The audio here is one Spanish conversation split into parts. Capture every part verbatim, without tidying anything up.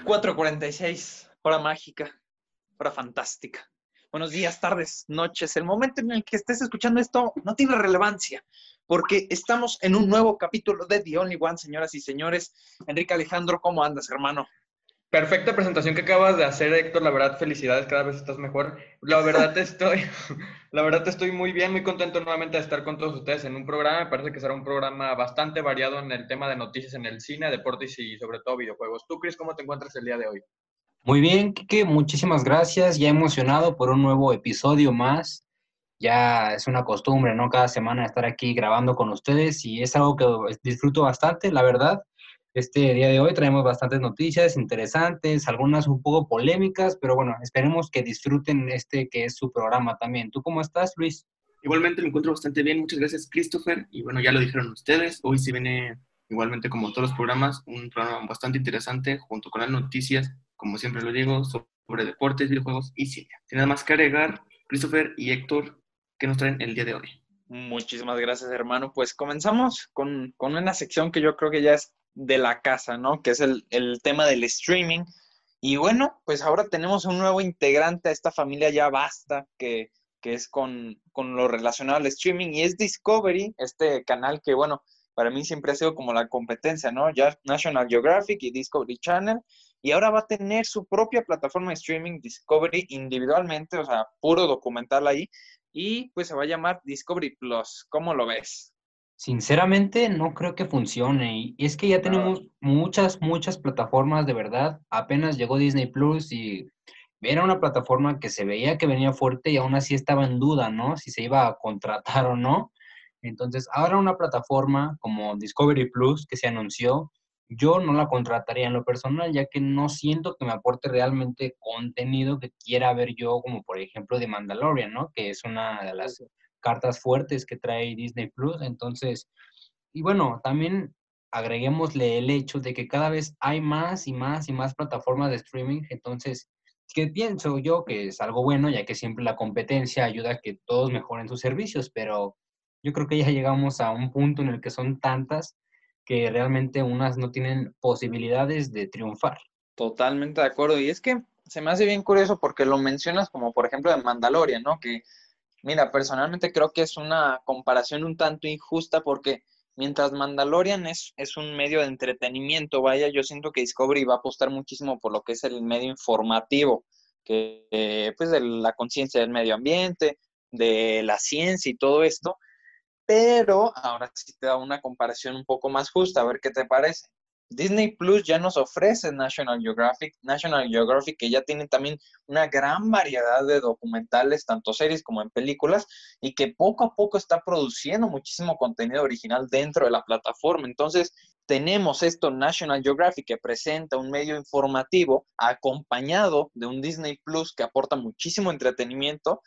cuatro cuarenta y seis, hora mágica, hora fantástica. Buenos días, tardes, noches. El momento en el que estés escuchando esto no tiene relevancia, porque estamos en un nuevo capítulo de The Only One, señoras y señores. Enrique Alejandro, ¿cómo andas, hermano? Perfecta presentación que acabas de hacer, Héctor. La verdad, felicidades, cada vez estás mejor. La verdad estoy, la verdad estoy muy bien, muy contento nuevamente de estar con todos ustedes en un programa. Me parece que será un programa bastante variado en el tema de noticias en el cine, deportes y sobre todo videojuegos. ¿Tú, Chris, cómo te encuentras el día de hoy? Muy bien, Kike, muchísimas gracias. Ya emocionado por un nuevo episodio más. Ya es una costumbre, ¿no? Cada semana estar aquí grabando con ustedes y es algo que disfruto bastante, la verdad. Este día de hoy traemos bastantes noticias interesantes, algunas un poco polémicas, pero bueno, esperemos que disfruten este que es su programa también. ¿Tú cómo estás, Luis? Igualmente me encuentro bastante bien, muchas gracias, Christopher. Y bueno, ya lo dijeron ustedes, hoy sí viene, igualmente como todos los programas, un programa bastante interesante junto con las noticias, como siempre lo digo, sobre deportes, videojuegos y cine. Sin nada más que agregar, Christopher y Héctor, ¿qué nos traen el día de hoy? Muchísimas gracias, hermano. Pues comenzamos con, con una sección que yo creo que ya es de la casa, ¿no? Que es el, el tema del streaming. Y bueno, pues ahora tenemos un nuevo integrante a esta familia ya basta, que, que es con, con lo relacionado al streaming, y es Discovery, este canal que, bueno, para mí siempre ha sido como la competencia, ¿no? Ya National Geographic y Discovery Channel, y ahora va a tener su propia plataforma de streaming, Discovery, individualmente, o sea, puro documental ahí, y pues se va a llamar Discovery Plus. ¿Cómo lo ves? Sinceramente, no creo que funcione. Y es que ya Nada. tenemos muchas, muchas plataformas de verdad. Apenas llegó Disney Plus y era una plataforma que se veía que venía fuerte y aún así estaba en duda, ¿no? Si se iba a contratar o no. Entonces, ahora una plataforma como Discovery Plus que se anunció, yo no la contrataría en lo personal, ya que no siento que me aporte realmente contenido que quiera ver yo, como por ejemplo de Mandalorian, ¿no? Que es una de las cartas fuertes que trae Disney Plus. Entonces, y bueno, también agreguémosle el hecho de que cada vez hay más y más y más plataformas de streaming. Entonces, que pienso yo que es algo bueno, ya que siempre la competencia ayuda a que todos mejoren sus servicios, pero yo creo que ya llegamos a un punto en el que son tantas que realmente unas no tienen posibilidades de triunfar. Totalmente de acuerdo. Y es que se me hace bien curioso porque lo mencionas como por ejemplo de Mandalorian, ¿no? Que mira, personalmente creo que es una comparación un tanto injusta porque mientras Mandalorian es, es un medio de entretenimiento, vaya, yo siento que Discovery va a apostar muchísimo por lo que es el medio informativo, que eh, pues de la conciencia del medio ambiente, de la ciencia y todo esto, pero ahora sí te da una comparación un poco más justa, a ver qué te parece. Disney Plus ya nos ofrece National Geographic, National Geographic que ya tiene también una gran variedad de documentales, tanto series como en películas, y que poco a poco está produciendo muchísimo contenido original dentro de la plataforma. Entonces, tenemos esto National Geographic que presenta un medio informativo acompañado de un Disney Plus que aporta muchísimo entretenimiento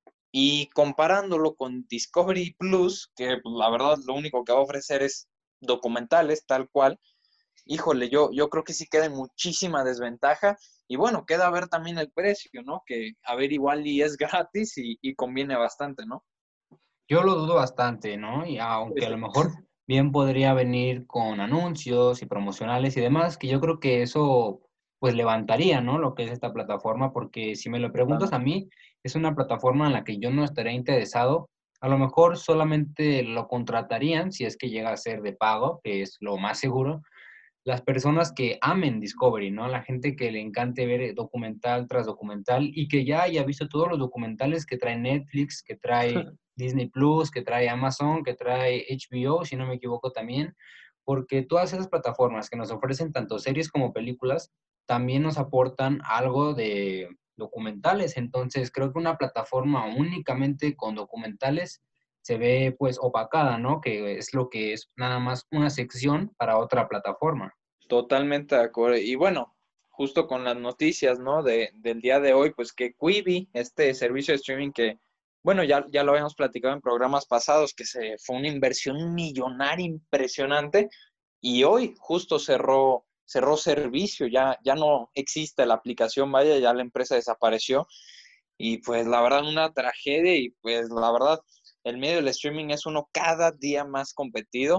y comparándolo con Discovery Plus, que pues, la verdad lo único que va a ofrecer es documentales tal cual, híjole, yo, yo creo que sí queda en muchísima desventaja. Y bueno, queda a ver también el precio, ¿no? Que a ver igual y es gratis y, y conviene bastante, ¿no? Yo lo dudo bastante, ¿no? Y aunque Pues a lo sí. mejor bien podría venir con anuncios y promocionales y demás, que yo creo que eso pues levantaría, ¿no? Lo que es esta plataforma, porque si me lo preguntas a Totalmente. mí, es una plataforma en la que yo no estaría interesado. A lo mejor solamente lo contratarían si es que llega a ser de pago, que es lo más seguro, las personas que amen Discovery, ¿no? La gente que le encante ver documental tras documental y que ya haya visto todos los documentales que trae Netflix, que trae Disney Plus, que trae Amazon, que trae H B O, si no me equivoco también, porque todas esas plataformas que nos ofrecen tanto series como películas también nos aportan algo de documentales. Entonces, creo que una plataforma únicamente con documentales se ve pues opacada, ¿no? Que es lo que es nada más una sección para otra plataforma. Totalmente de acuerdo. Y bueno, justo con las noticias, ¿no? De, del día de hoy, pues que Quibi, este servicio de streaming que, bueno, ya, ya lo habíamos platicado en programas pasados, que se fue una inversión millonaria impresionante y hoy justo cerró, cerró servicio, ya, ya no existe la aplicación, vaya, ya la empresa desapareció y pues la verdad una tragedia y pues la verdad el medio del streaming es uno cada día más competido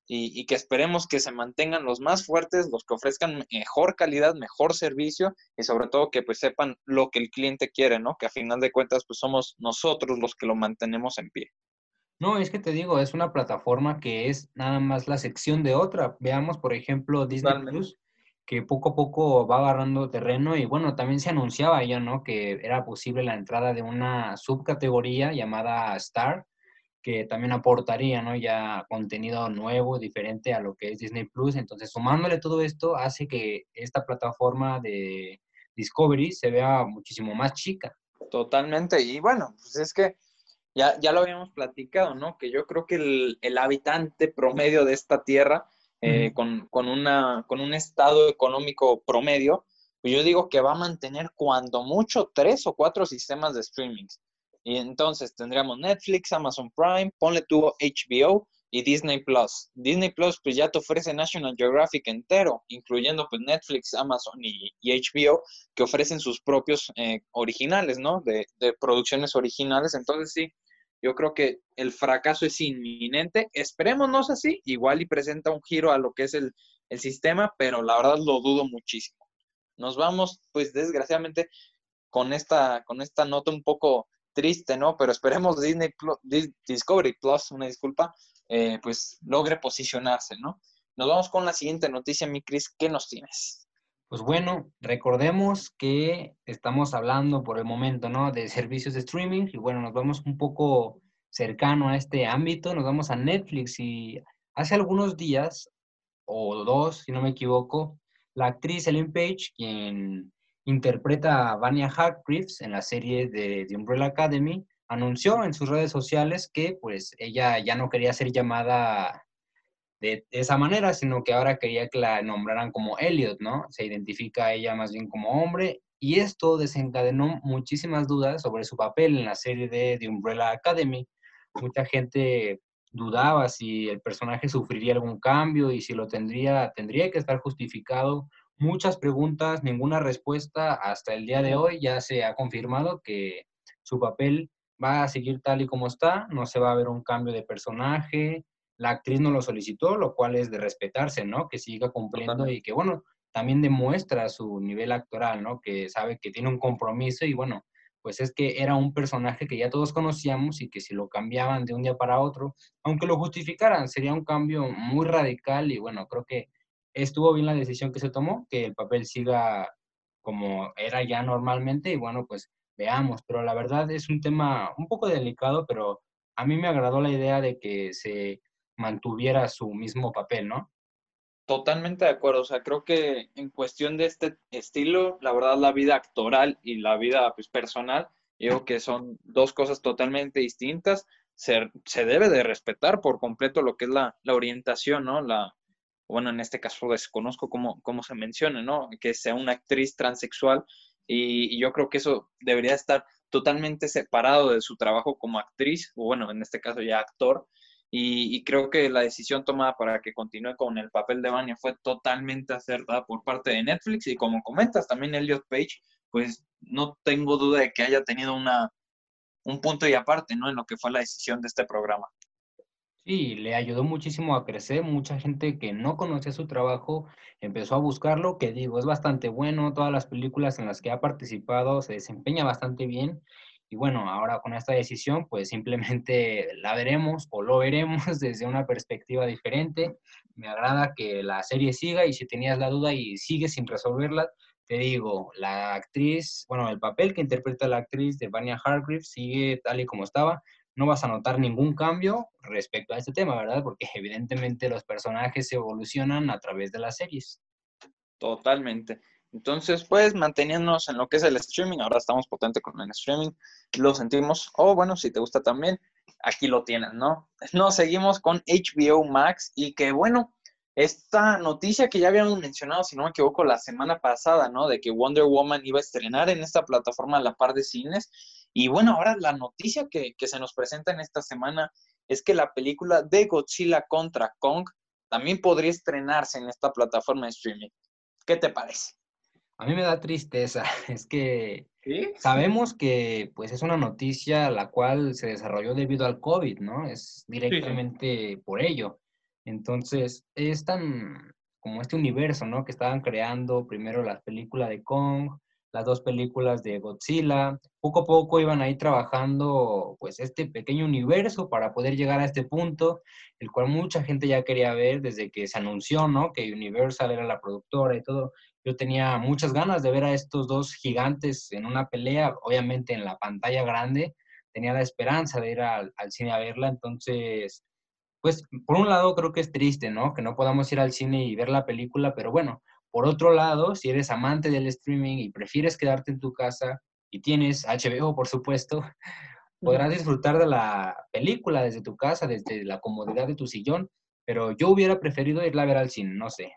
y, y que esperemos que se mantengan los más fuertes, los que ofrezcan mejor calidad, mejor servicio y sobre todo que pues sepan lo que el cliente quiere, ¿no? Que a final de cuentas pues somos nosotros los que lo mantenemos en pie. No, es que te digo, es una plataforma que es nada más la sección de otra. Veamos, por ejemplo, Disney Totalmente. Plus, que poco a poco va agarrando terreno y bueno, también se anunciaba ya, ¿no? Que era posible la entrada de una subcategoría llamada Star, que también aportaría, ¿no? Ya contenido nuevo, diferente a lo que es Disney Plus. Entonces, sumándole todo esto, hace que esta plataforma de Discovery se vea muchísimo más chica. Totalmente. Y bueno, pues es que ya, ya lo habíamos platicado, ¿no? Que yo creo que el, el habitante promedio de esta tierra, eh, Ujú. con, con, una, con un estado económico promedio, pues yo digo que va a mantener cuando mucho tres o cuatro sistemas de streaming. Y entonces tendríamos Netflix, Amazon Prime, ponle tú H B O y Disney Plus. Disney Plus pues ya te ofrece National Geographic entero, incluyendo pues Netflix, Amazon y, y H B O, que ofrecen sus propios eh, originales, ¿no? De, de producciones originales. Entonces sí, yo creo que el fracaso es inminente. Esperémonos así, igual y presenta un giro a lo que es el, el sistema, pero la verdad lo dudo muchísimo. Nos vamos, pues desgraciadamente, con esta, con esta nota un poco triste, ¿no? Pero esperemos Disney Plus, Discovery Plus, una disculpa, eh, pues logre posicionarse, ¿no? Nos vamos con la siguiente noticia, mi Cris, ¿qué nos tienes? Pues bueno, recordemos que estamos hablando por el momento, ¿no? De servicios de streaming y bueno, nos vamos un poco cercano a este ámbito, nos vamos a Netflix y hace algunos días, o dos, si no me equivoco, la actriz Ellen Page, quien interpreta a Vanya Hargreaves en la serie de The Umbrella Academy, anunció en sus redes sociales que pues ella ya no quería ser llamada de, de esa manera, sino que ahora quería que la nombraran como Elliot, ¿no? Se identifica a ella más bien como hombre y esto desencadenó muchísimas dudas sobre su papel en la serie de The Umbrella Academy. Mucha gente dudaba si el personaje sufriría algún cambio y si lo tendría, tendría que estar justificado. Muchas preguntas, ninguna respuesta. Hasta el día de hoy ya se ha confirmado que su papel va a seguir tal y como está, no se va a ver un cambio de personaje. La actriz no lo solicitó, lo cual es de respetarse, ¿no? Que siga cumpliendo y Totalmente. que, bueno, también demuestra su nivel actoral, ¿no? Que sabe que tiene un compromiso y, bueno, pues es que era un personaje que ya todos conocíamos y que si lo cambiaban de un día para otro, aunque lo justificaran, sería un cambio muy radical y, bueno, creo que estuvo bien la decisión que se tomó, que el papel siga como era ya normalmente y, bueno, pues veamos, pero la verdad es un tema un poco delicado, pero a mí me agradó la idea de que se mantuviera su mismo papel, ¿no? Totalmente de acuerdo, o sea, creo que en cuestión de este estilo, la verdad la vida actoral y la vida pues, personal, yo creo que son dos cosas totalmente distintas, se, se debe de respetar por completo lo que es la, la orientación, ¿no? La, bueno, en este caso desconozco cómo, cómo se menciona, ¿no? Que sea una actriz transexual y, y yo creo que eso debería estar totalmente separado de su trabajo como actriz, o bueno, en este caso ya actor, y, y, creo que la decisión tomada para que continúe con el papel de Vanya fue totalmente acertada por parte de Netflix y como comentas también Elliot Page, pues no tengo duda de que haya tenido una, un punto y aparte, ¿no? En lo que fue la decisión de este programa. Sí, le ayudó muchísimo a crecer. Mucha gente que no conocía su trabajo empezó a buscarlo, que digo, es bastante bueno. Todas las películas en las que ha participado se desempeña bastante bien. Y bueno, ahora con esta decisión, pues simplemente la veremos o lo veremos desde una perspectiva diferente. Me agrada que la serie siga y si tenías la duda y sigues sin resolverla, te digo, la actriz, bueno, el papel que interpreta la actriz de Vanya Hargreaves sigue tal y como estaba. No vas a notar ningún cambio respecto a este tema, ¿verdad? Porque evidentemente los personajes evolucionan a través de las series. Totalmente. Entonces, pues manteniéndonos en lo que es el streaming, ahora estamos potente con el streaming, lo sentimos, o oh, bueno, si te gusta también, aquí lo tienen, ¿no? Nos seguimos con H B O Max y que bueno, esta noticia que ya habíamos mencionado, si no me equivoco, la semana pasada, ¿no? De que Wonder Woman iba a estrenar en esta plataforma a la par de cines. Y bueno, ahora la noticia que, que se nos presenta en esta semana es que la película de Godzilla contra Kong también podría estrenarse en esta plataforma de streaming. ¿Qué te parece? A mí me da tristeza, es que ¿Sí? sabemos que pues es una noticia la cual se desarrolló debido al COVID, ¿no? Es Sí, sí. directamente por ello. Entonces, es tan como este universo, ¿no? Que estaban creando primero la película de Kong, las dos películas de Godzilla. Poco a poco iban ahí trabajando, pues, este pequeño universo para poder llegar a este punto, el cual mucha gente ya quería ver desde que se anunció, ¿no? Que Universal era la productora y todo. Yo tenía muchas ganas de ver a estos dos gigantes en una pelea, obviamente en la pantalla grande. Tenía la esperanza de ir al, al cine a verla, entonces pues, por un lado creo que es triste, ¿no? Que no podamos ir al cine y ver la película, pero bueno, por otro lado, si eres amante del streaming y prefieres quedarte en tu casa y tienes H B O, por supuesto, podrás disfrutar de la película desde tu casa, desde la comodidad de tu sillón, pero yo hubiera preferido irla a ver al cine, no sé.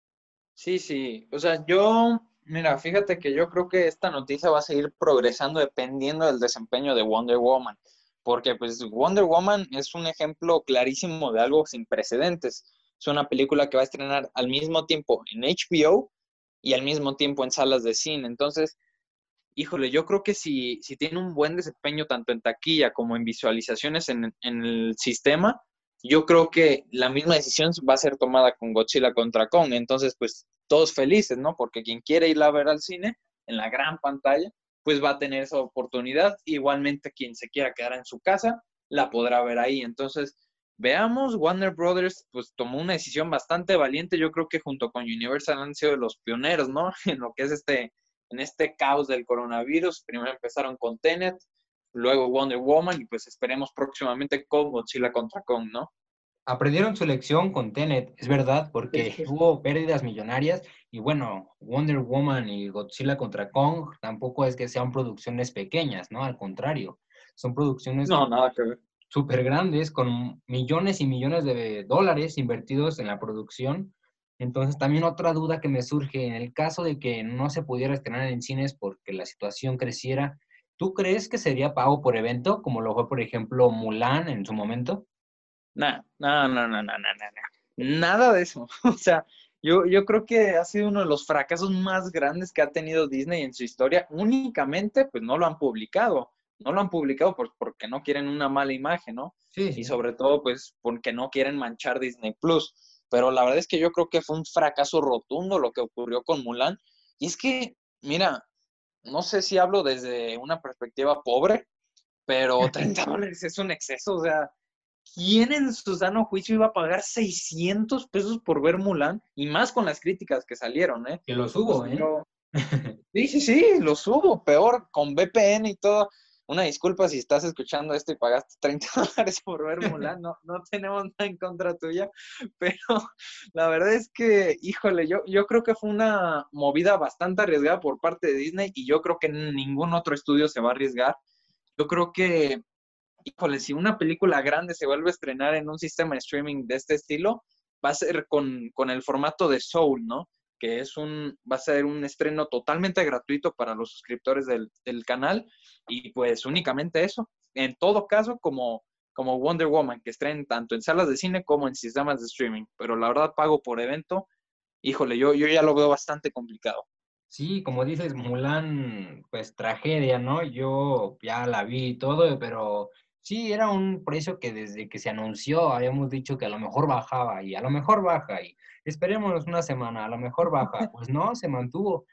Sí, sí. O sea, yo, mira, fíjate que yo creo que esta noticia va a seguir progresando dependiendo del desempeño de Wonder Woman, porque pues Wonder Woman es un ejemplo clarísimo de algo sin precedentes. Es una película que va a estrenar al mismo tiempo en H B O y al mismo tiempo en salas de cine. Entonces, híjole, yo creo que si, si tiene un buen desempeño tanto en taquilla como en visualizaciones en, en el sistema, yo creo que la misma decisión va a ser tomada con Godzilla contra Kong. Entonces, pues todos felices, ¿no? Porque quien quiere irla a ver al cine en la gran pantalla, pues va a tener esa oportunidad. Igualmente, quien se quiera quedar en su casa, la podrá ver ahí. Entonces, veamos, Warner Brothers pues tomó una decisión bastante valiente. Yo creo que junto con Universal han sido los pioneros, ¿no? En lo que es este en este caos del coronavirus. Primero empezaron con Tenet, luego Wonder Woman y pues esperemos próximamente con Godzilla contra Kong, ¿no? Aprendieron su lección con Tenet, es verdad, porque hubo pérdidas millonarias y bueno, Wonder Woman y Godzilla contra Kong tampoco es que sean producciones pequeñas, ¿no? Al contrario, son producciones No, nada que ver. súper grandes con millones y millones de dólares invertidos en la producción. Entonces, también otra duda que me surge, en el caso de que no se pudiera estrenar en cines porque la situación creciera, ¿tú crees que sería pago por evento, como lo fue, por ejemplo, Mulan en su momento? Nah, no, no, no, no, no, no, no. Nada de eso. O sea, yo, yo creo que ha sido uno de los fracasos más grandes que ha tenido Disney en su historia. Únicamente, pues no lo han publicado. No lo han publicado por, porque no quieren una mala imagen, ¿no? Sí, Y sí. sobre todo, pues porque no quieren manchar Disney Plus. Pero la verdad es que yo creo que fue un fracaso rotundo lo que ocurrió con Mulan. Y es que, mira, no sé si hablo desde una perspectiva pobre, pero treinta dólares es un exceso. O sea, ¿quién en su sano juicio iba a pagar seiscientos pesos por ver Mulan? Y más con las críticas que salieron, ¿eh? Que lo O subo, sea, ¿eh? yo, sí, sí, sí, lo subo, peor, con V P N y todo. Una disculpa si estás escuchando esto y pagaste treinta dólares por ver Mulan, no, no tenemos nada en contra tuya, pero la verdad es que, híjole, yo, yo creo que fue una movida bastante arriesgada por parte de Disney y yo creo que ningún otro estudio se va a arriesgar. Yo creo que, híjole, si una película grande se vuelve a estrenar en un sistema de streaming de este estilo, va a ser con, con el formato de Soul, ¿no? Que es un, va a ser un estreno totalmente gratuito para los suscriptores del, del canal y pues únicamente eso. En todo caso, como, como Wonder Woman, que estrenen tanto en salas de cine como en sistemas de streaming. Pero la verdad, pago por evento, híjole, yo, yo ya lo veo bastante complicado. Sí, como dices, Mulan, pues tragedia, ¿no? Yo ya la vi y todo, pero sí, era un precio que desde que se anunció habíamos dicho que a lo mejor bajaba y a lo mejor baja y esperemos una semana, a lo mejor baja. Pues no, se mantuvo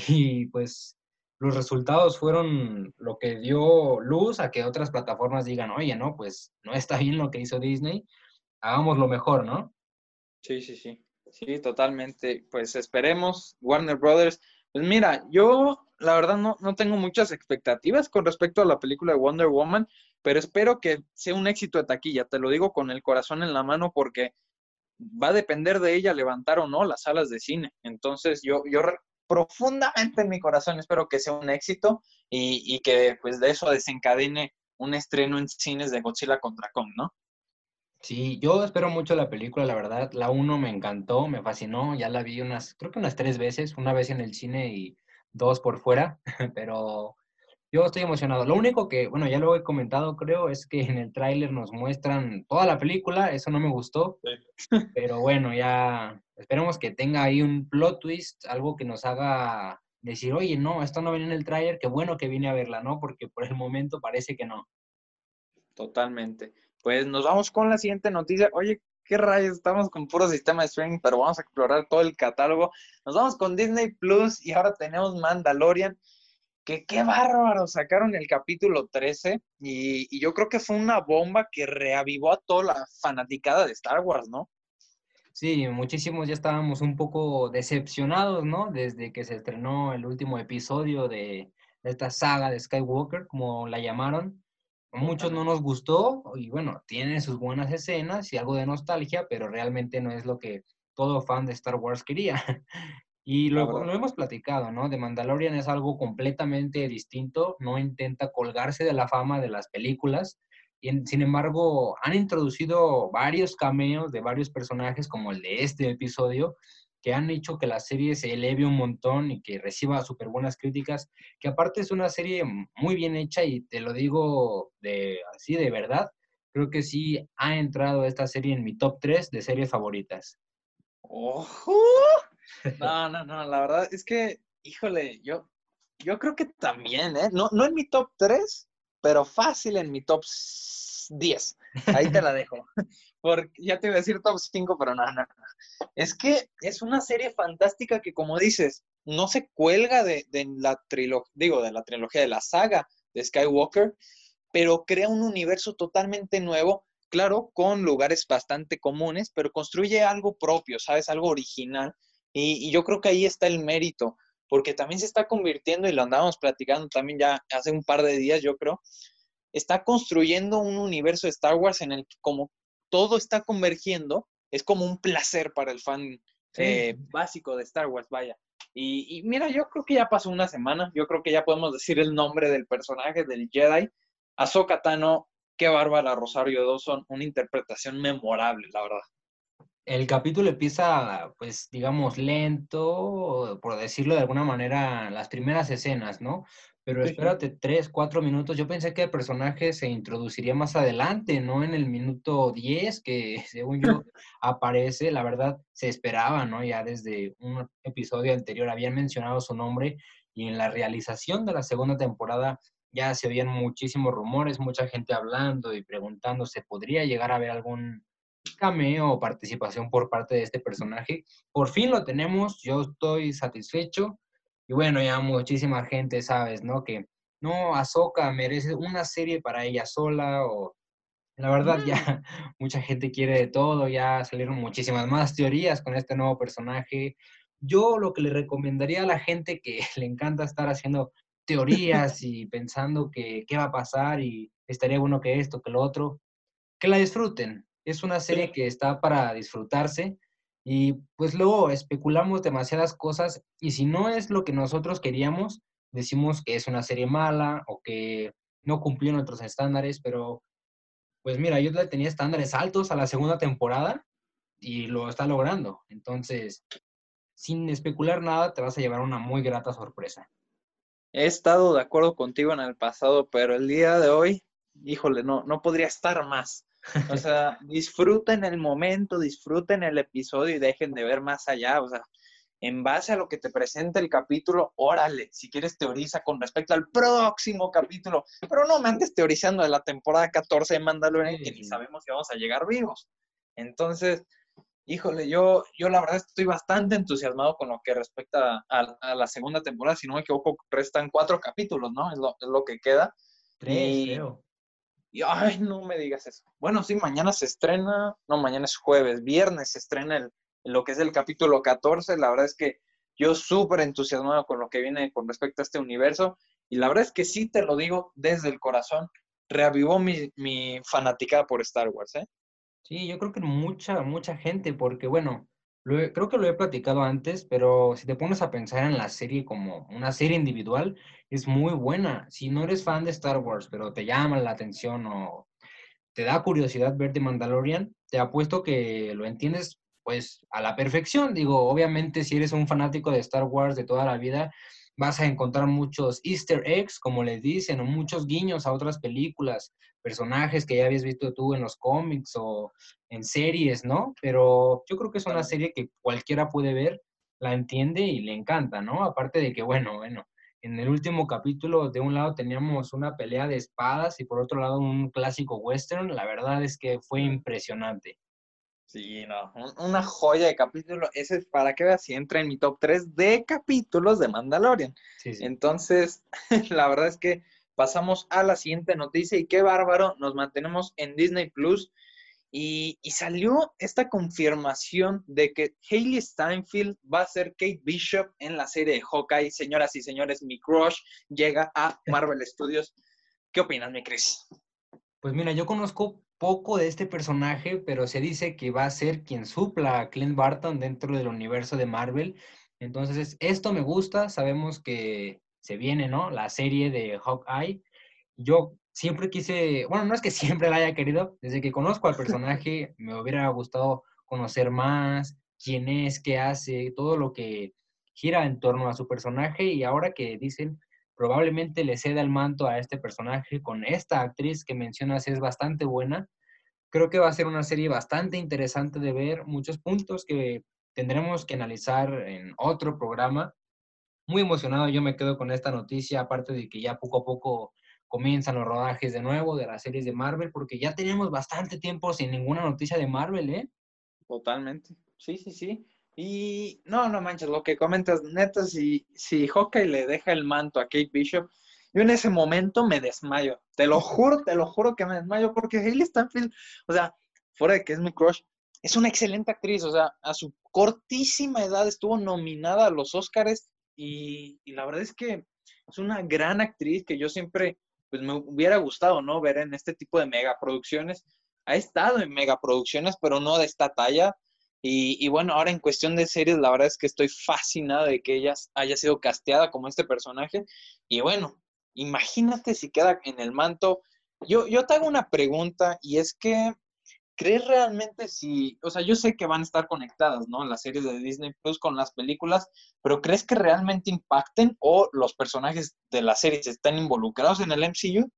y pues los resultados fueron lo que dio luz a que otras plataformas digan, oye, no, pues no está bien lo que hizo Disney, hagamos lo mejor, ¿no? Sí, sí, sí. Sí, totalmente. Pues esperemos, Warner Brothers. Pues mira, yo la verdad no, no tengo muchas expectativas con respecto a la película de Wonder Woman, pero espero que sea un éxito de taquilla. Te lo digo con el corazón en la mano porque va a depender de ella levantar o no las salas de cine. Entonces yo, yo re- profundamente en mi corazón espero que sea un éxito y, y que pues de eso desencadene un estreno en cines de Godzilla contra Kong, ¿no? Sí, yo espero mucho la película, la verdad. La uno me encantó, me fascinó. Ya la vi unas, creo que unas tres veces, una vez en el cine y dos por fuera, pero yo estoy emocionado. Lo único que, bueno, ya lo he comentado, creo, es que en el tráiler nos muestran toda la película. Eso no me gustó, pero bueno, ya esperemos que tenga ahí un plot twist, algo que nos haga decir, oye, no, esto no venía en el tráiler, qué bueno que vine a verla, ¿no? Porque por el momento parece que no. Totalmente. Pues nos vamos con la siguiente noticia. Oye, ¿Qué rayos? Estamos con puro sistema de streaming, pero vamos a explorar todo el catálogo. Nos vamos con Disney Plus y ahora tenemos Mandalorian, que qué bárbaro, sacaron el capítulo trece y, y yo creo que fue una bomba que reavivó a toda la fanaticada de Star Wars, ¿no? Sí, muchísimos ya estábamos un poco decepcionados, ¿no? Desde que se estrenó el último episodio de, de esta saga de Skywalker, como la llamaron. A muchos no nos gustó y bueno, tiene sus buenas escenas y algo de nostalgia, pero realmente no es lo que todo fan de Star Wars quería. Y La lo, verdad. lo hemos platicado, ¿no? De Mandalorian es algo completamente distinto, no intenta colgarse de la fama de las películas, y en- sin embargo han introducido varios cameos de varios personajes, como el de este episodio, que han hecho que la serie se eleve un montón y que reciba súper buenas críticas, que aparte es una serie muy bien hecha y te lo digo de, así de verdad, creo que sí ha entrado esta serie en mi top tres de series favoritas. ¡Ojo! No, no, no, la verdad es que, híjole, yo, yo creo que también, ¿eh? No, no en mi top tres, pero fácil en mi top diez. Ahí te la dejo. Porque ya te iba a decir top cinco, pero no, no, no. Es que es una serie fantástica que, como dices, no se cuelga de, de la trilogía, digo, de la trilogía, de la saga de Skywalker, pero crea un universo totalmente nuevo, claro, con lugares bastante comunes, pero construye algo propio, ¿sabes? Algo original. Y, y yo creo que ahí está el mérito, porque también se está convirtiendo, y lo andábamos platicando también ya hace un par de días, yo creo, está construyendo un universo de Star Wars en el que como todo está convergiendo, es como un placer para el fan Sí. eh, básico de Star Wars, vaya. Y, y, mira, yo creo que ya pasó una semana, yo creo que ya podemos decir el nombre del personaje, del Jedi. Ahsoka Tano, qué bárbara, Rosario Dawson, una interpretación memorable, la verdad. El capítulo empieza, pues, digamos, lento, por decirlo de alguna manera, las primeras escenas, ¿no? Pero Sí, sí. espérate tres, cuatro minutos. Yo pensé que el personaje se introduciría más adelante, no en el minuto diez, que según yo aparece. La verdad, se esperaba, ¿no? Ya desde un episodio anterior habían mencionado su nombre y en la realización de la segunda temporada ya se oían muchísimos rumores, mucha gente hablando y preguntándose, ¿podría llegar a haber algún cameo o participación por parte de este personaje? Por fin lo tenemos, yo estoy satisfecho. Y bueno, ya muchísima gente, sabes, ¿no? Que no, Ahsoka merece una serie para ella sola, o la verdad ya mucha gente quiere de todo, ya salieron muchísimas más teorías con este nuevo personaje. Yo lo que le recomendaría a la gente que le encanta estar haciendo teorías y pensando que qué va a pasar y estaría bueno que esto, que lo otro, que la disfruten. Es una serie Sí. que está para disfrutarse y pues luego especulamos demasiadas cosas y si no es lo que nosotros queríamos, decimos que es una serie mala o que no cumplió nuestros estándares, pero pues mira, yo le tenía estándares altos a la segunda temporada y lo está logrando. Entonces, sin especular nada, te vas a llevar una muy grata sorpresa. He estado de acuerdo contigo en el pasado, pero el día de hoy, híjole, no, no podría estar más. O sea, disfruten el momento, disfruten el episodio y dejen de ver más allá. O sea, en base a lo que te presenta el capítulo, órale, si quieres teoriza con respecto al próximo capítulo, pero no me andes teorizando de la temporada catorce de Mandalorian, que ni Sí. sabemos si vamos a llegar vivos. Entonces, híjole, yo, yo la verdad estoy bastante entusiasmado con lo que respecta a, a la segunda temporada. Si no me equivoco, restan cuatro capítulos, ¿no? Es lo, es lo que queda. Tres, Y, creo. y, ay, no me digas eso. Bueno, sí, mañana se estrena, no, mañana es jueves, viernes se estrena el, lo que es el capítulo catorce. La verdad es que yo súper entusiasmado con lo que viene con respecto a este universo. Y la verdad es que sí te lo digo desde el corazón, reavivó mi, mi fanaticada por Star Wars, ¿eh? Sí, yo creo que mucha, mucha gente, porque bueno, lo he- creo que lo he platicado antes, pero si te pones a pensar en la serie como una serie individual, es muy buena. Si no eres fan de Star Wars, pero te llama la atención o te da curiosidad ver The Mandalorian, te apuesto que lo entiendes pues a la perfección. Digo, obviamente si eres un fanático de Star Wars de toda la vida, vas a encontrar muchos Easter eggs, como les dicen, o muchos guiños a otras películas, personajes que ya habías visto tú en los cómics o en series, ¿no? Pero yo creo que es una Totalmente. serie que cualquiera puede ver, la entiende y le encanta, ¿no? Aparte de que, bueno, bueno, en el último capítulo, de un lado teníamos una pelea de espadas y por otro lado un clásico western. La verdad es que fue impresionante. Sí, no, un- una joya de capítulo. Ese es para que veas si entra en mi top tres de capítulos de Mandalorian. Sí, sí. Entonces, la verdad es que pasamos a la siguiente noticia y qué bárbaro, nos mantenemos en Disney Plus y, y salió esta confirmación de que Hailey Steinfeld va a ser Kate Bishop en la serie de Hawkeye. Señoras y señores, mi crush llega a Marvel Studios. ¿Qué opinas, mi Chris? Pues mira, yo conozco poco de este personaje, pero se dice que va a ser quien supla a Clint Barton dentro del universo de Marvel. Entonces, esto me gusta, sabemos que se viene, ¿no? La serie de Hawkeye. Yo siempre quise, bueno, no es que siempre la haya querido, desde que conozco al personaje me hubiera gustado conocer más, quién es, qué hace, todo lo que gira en torno a su personaje y ahora que dicen probablemente le ceda el manto a este personaje con esta actriz que mencionas es bastante buena, creo que va a ser una serie bastante interesante de ver, muchos puntos que tendremos que analizar en otro programa. Muy emocionado yo me quedo con esta noticia, aparte de que ya poco a poco comienzan los rodajes de nuevo de las series de Marvel, porque ya teníamos bastante tiempo sin ninguna noticia de Marvel, ¿eh? Totalmente. Sí, sí, sí. Y no, no manches, lo que comentas, neta, si, si Hawkeye le deja el manto a Kate Bishop, yo en ese momento me desmayo. Te lo juro, te lo juro que me desmayo, porque Hailey Steinfeld, o sea, fuera de que es mi crush, es una excelente actriz, o sea, a su cortísima edad estuvo nominada a los Oscars y, y la verdad es que es una gran actriz que yo siempre, pues me hubiera gustado, ¿no? Ver en este tipo de megaproducciones. Ha estado en megaproducciones, pero no de esta talla. Y, y, bueno, ahora en cuestión de series, la verdad es que estoy fascinada de que ella haya sido casteada como este personaje. Y bueno, imagínate si queda en el manto. Yo, yo te hago una pregunta y es que, ¿crees realmente si, o sea, yo sé que van a estar conectadas, ¿no? Las series de Disney Plus con las películas, pero ¿crees que realmente impacten o los personajes de las series están involucrados en el M C U?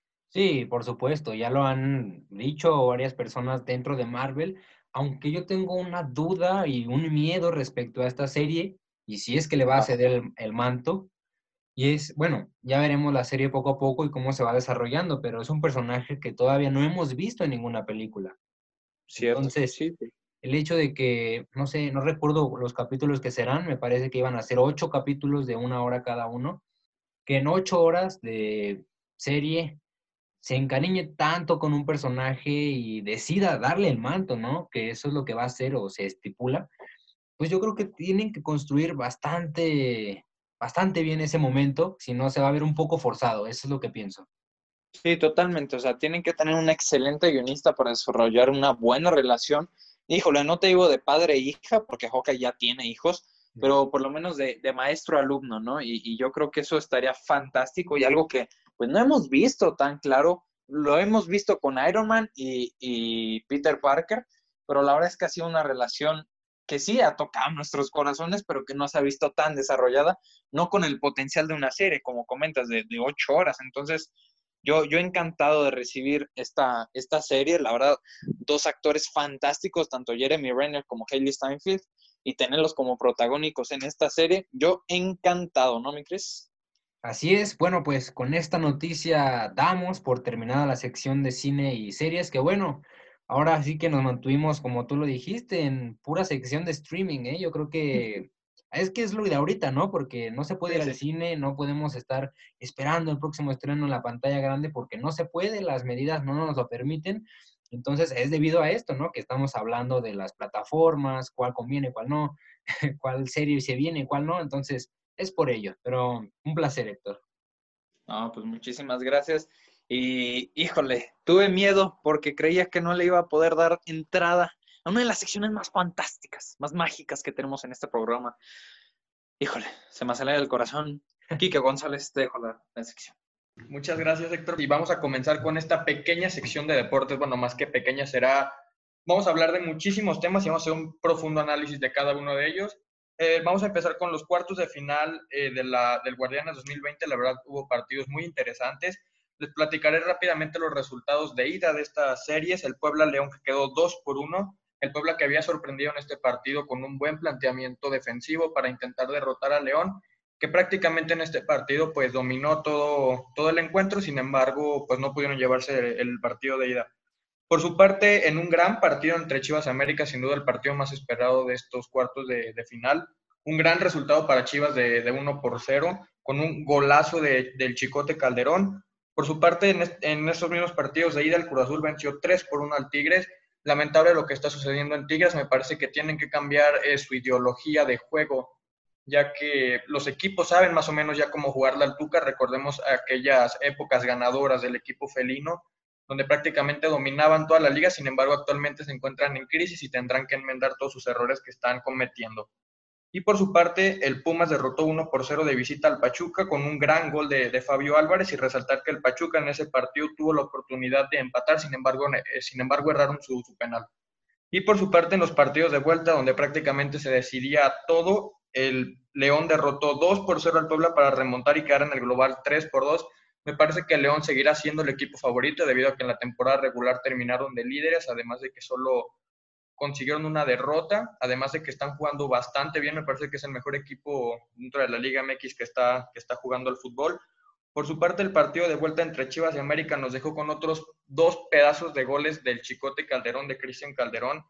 Sí, por supuesto, ya lo han dicho varias personas dentro de Marvel, aunque yo tengo una duda y un miedo respecto a esta serie, y si es que le va a Ah, ceder el, el manto, y es, bueno, ya veremos la serie poco a poco y cómo se va desarrollando, pero es un personaje que todavía no hemos visto en ninguna película. cierto, Entonces, sí, sí. el hecho de que, no sé, no recuerdo los capítulos que serán, me parece que iban a ser ocho capítulos de una hora cada uno, que en ocho horas de serie se encariñe tanto con un personaje y decida darle el manto, ¿no? Que eso es lo que va a hacer o se estipula. Pues yo creo que tienen que construir bastante, bastante bien ese momento, si no se va a ver un poco forzado, eso es lo que pienso. Sí, totalmente. O sea, tienen que tener un excelente guionista para desarrollar una buena relación. Híjole, no te digo de padre e hija, porque Hawkeye ya tiene hijos, pero por lo menos de, de maestro a alumno, ¿no? Y, y yo creo que eso estaría fantástico y algo que pues no hemos visto tan claro. Lo hemos visto con Iron Man y, y Peter Parker, pero la verdad es que ha sido una relación que sí ha tocado nuestros corazones, pero que no se ha visto tan desarrollada, no con el potencial de una serie, como comentas, de, de ocho horas. Entonces, yo, yo encantado de recibir esta, esta serie, la verdad, dos actores fantásticos, tanto Jeremy Renner como Hailey Steinfeld, y tenerlos como protagónicos en esta serie, yo encantado, ¿no, mi Chris? Así es, bueno, pues con esta noticia damos por terminada la sección de cine y series, que bueno, ahora sí que nos mantuvimos, como tú lo dijiste, en pura sección de streaming, ¿eh? Yo creo que es que es lo de ahorita, ¿no? Porque no se puede Sí, ir al sí. cine, no podemos estar esperando el próximo estreno en la pantalla grande porque no se puede, las medidas no nos lo permiten. Entonces es debido a esto, ¿no? Que estamos hablando de las plataformas, cuál conviene, cuál no, cuál serie se viene, cuál no. Entonces es por ello, pero un placer, Héctor. No, pues muchísimas gracias. Y híjole, tuve miedo porque creía que no le iba a poder dar entrada a una de las secciones más fantásticas, más mágicas que tenemos en este programa. Híjole, se me acelera el corazón. Quique González, te dejo la, la sección. Muchas gracias, Héctor. Y vamos a comenzar con esta pequeña sección de deportes. Bueno, más que pequeña será, vamos a hablar de muchísimos temas y vamos a hacer un profundo análisis de cada uno de ellos. Eh, vamos a empezar con los cuartos de final eh, de la, del Guardianes dos mil veinte. La verdad, hubo partidos muy interesantes. Les platicaré rápidamente los resultados de ida de estas series. El Puebla-León, que quedó dos por uno. El Puebla, que había sorprendido en este partido con un buen planteamiento defensivo para intentar derrotar a León, que prácticamente en este partido pues dominó todo, todo el encuentro, sin embargo pues no pudieron llevarse el, el partido de ida. Por su parte, en un gran partido entre Chivas y América, sin duda el partido más esperado de estos cuartos de, de final, un gran resultado para Chivas de, de uno por cero, con un golazo de, del Chicote Calderón. Por su parte, en, est en estos mismos partidos de ida, el Cruz Azul venció tres por uno al Tigres. Lamentable lo que está sucediendo en Tigres, me parece que tienen que cambiar eh, su ideología de juego, ya que los equipos saben más o menos ya cómo jugarla al Tuca. Recordemos aquellas épocas ganadoras del equipo felino, donde prácticamente dominaban toda la liga, sin embargo actualmente se encuentran en crisis y tendrán que enmendar todos sus errores que están cometiendo. Y por su parte, el Pumas derrotó uno por cero de visita al Pachuca con un gran gol de, de Fabio Álvarez, y resaltar que el Pachuca en ese partido tuvo la oportunidad de empatar, sin embargo, eh, sin embargo erraron su, su penal. Y por su parte, en los partidos de vuelta, donde prácticamente se decidía todo, el León derrotó dos por cero al Puebla para remontar y quedar en el global tres por dos. Me parece que el León seguirá siendo el equipo favorito debido a que en la temporada regular terminaron de líderes, además de que solo consiguieron una derrota, además de que están jugando bastante bien. Me parece que es el mejor equipo dentro de la Liga M X que está, que está jugando al fútbol. Por su parte, el partido de vuelta entre Chivas y América nos dejó con otros dos pedazos de goles del Chicote Calderón, de Cristian Calderón,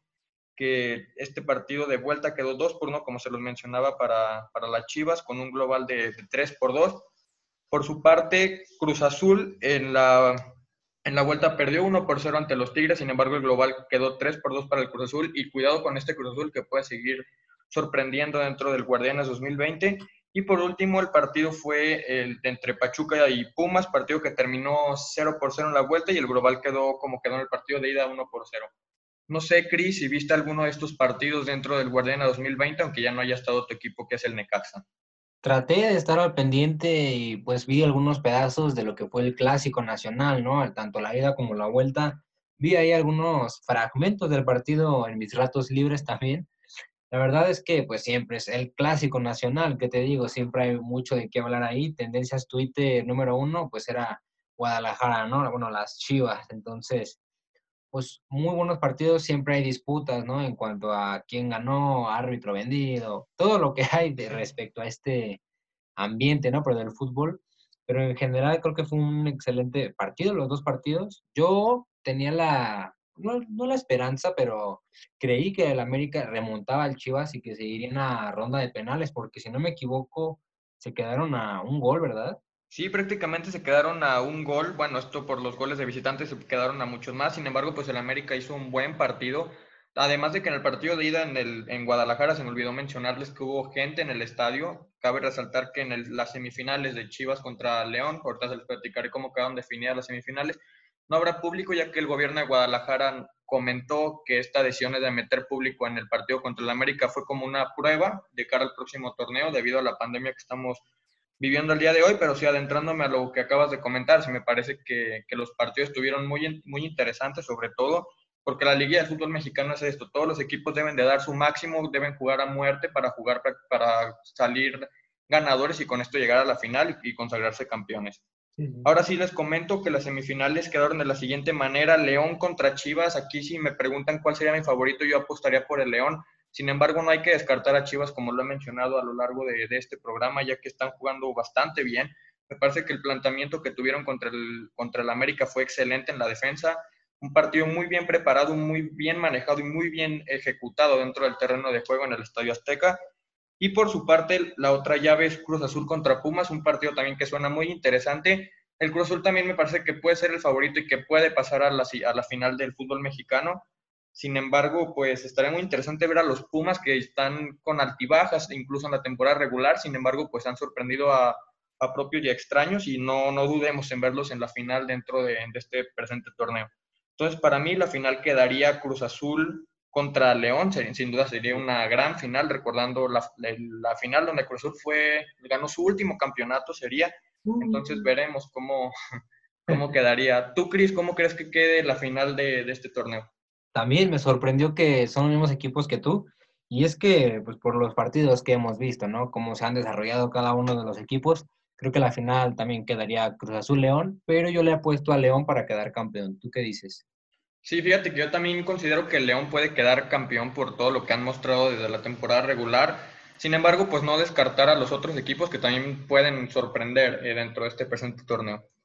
que este partido de vuelta quedó dos por uno, como se los mencionaba, para, para las Chivas, con un global de, de tres por dos. Por su parte, Cruz Azul en la, en la vuelta perdió uno por cero ante los Tigres, sin embargo el global quedó tres por dos para el Cruz Azul, y cuidado con este Cruz Azul que puede seguir sorprendiendo dentro del Guardianes dos mil veinte. Y por último, el partido fue el de entre Pachuca y Pumas, partido que terminó cero por cero en la vuelta, y el global quedó como quedó en el partido de ida, uno por cero. No sé, Cris, si viste alguno de estos partidos dentro del Guardianes dos mil veinte, aunque ya no haya estado tu equipo, que es el Necaxa. Traté de estar al pendiente y pues vi algunos pedazos de lo que fue el Clásico Nacional, ¿no? Tanto la ida como la vuelta. Vi ahí algunos fragmentos del partido en mis ratos libres también. La verdad es que pues siempre es el Clásico Nacional, que te digo, siempre hay mucho de qué hablar ahí. Tendencias Twitter número uno, pues era Guadalajara, ¿no? Bueno, las Chivas. Entonces, pues muy buenos partidos, siempre hay disputas, ¿no? En cuanto a quién ganó, árbitro vendido, todo lo que hay de respecto a este ambiente, ¿no? Pero del fútbol. Pero en general creo que fue un excelente partido, los dos partidos. Yo tenía la, no, no la esperanza, pero creí que el América remontaba al Chivas y que se iría en una ronda de penales, porque si no me equivoco, se quedaron a un gol, ¿verdad? Sí, prácticamente se quedaron a un gol. Bueno, esto por los goles de visitantes se quedaron a muchos más. Sin embargo, pues el América hizo un buen partido. Además de que en el partido de ida en, el, en Guadalajara se me olvidó mencionarles que hubo gente en el estadio. Cabe resaltar que en el, las semifinales de Chivas contra León, ahorita se les platicaré cómo quedaron definidas las semifinales, no habrá público, ya que el gobierno de Guadalajara comentó que esta decisión de meter público en el partido contra el América fue como una prueba de cara al próximo torneo debido a la pandemia que estamos viviendo el día de hoy. Pero sí, adentrándome a lo que acabas de comentar, sí me parece que, que los partidos estuvieron muy, muy interesantes, sobre todo porque la Liga del Fútbol Mexicano es esto: todos los equipos deben de dar su máximo, deben jugar a muerte para jugar, para salir ganadores y con esto llegar a la final y, y consagrarse campeones. Sí. Ahora sí les comento que las semifinales quedaron de la siguiente manera: León contra Chivas. Aquí si me preguntan cuál sería mi favorito, yo apostaría por el León. Sin embargo, no hay que descartar a Chivas, como lo he mencionado a lo largo de, de este programa, ya que están jugando bastante bien. Me parece que el planteamiento que tuvieron contra el, contra el América fue excelente en la defensa. Un partido muy bien preparado, muy bien manejado y muy bien ejecutado dentro del terreno de juego en el Estadio Azteca. Y por su parte, la otra llave es Cruz Azul contra Pumas, un partido también que suena muy interesante. El Cruz Azul también me parece que puede ser el favorito y que puede pasar a la, a la final del fútbol mexicano. Sin embargo, pues estaría muy interesante ver a los Pumas, que están con altibajas, incluso en la temporada regular. Sin embargo, pues han sorprendido a, a propios y a extraños, y no, no dudemos en verlos en la final dentro de, de este presente torneo. Entonces, para mí, la final quedaría Cruz Azul contra León. Sin duda sería una gran final, recordando la, la, la final donde Cruz Azul fue, ganó su último campeonato, sería. Entonces, veremos cómo, cómo quedaría. Tú, Cris, ¿cómo crees que quede la final de, de este torneo? También me sorprendió que son los mismos equipos que tú, y es que, pues por los partidos que hemos visto, ¿no? Cómo se han desarrollado cada uno de los equipos, creo que la final también quedaría Cruz Azul-León, pero yo le he apuesto a León para quedar campeón. ¿Tú qué dices? Sí, fíjate que yo también considero que el León puede quedar campeón por todo lo que han mostrado desde la temporada regular. Sin embargo, pues no descartar a los otros equipos que también pueden sorprender eh, dentro de este presente torneo.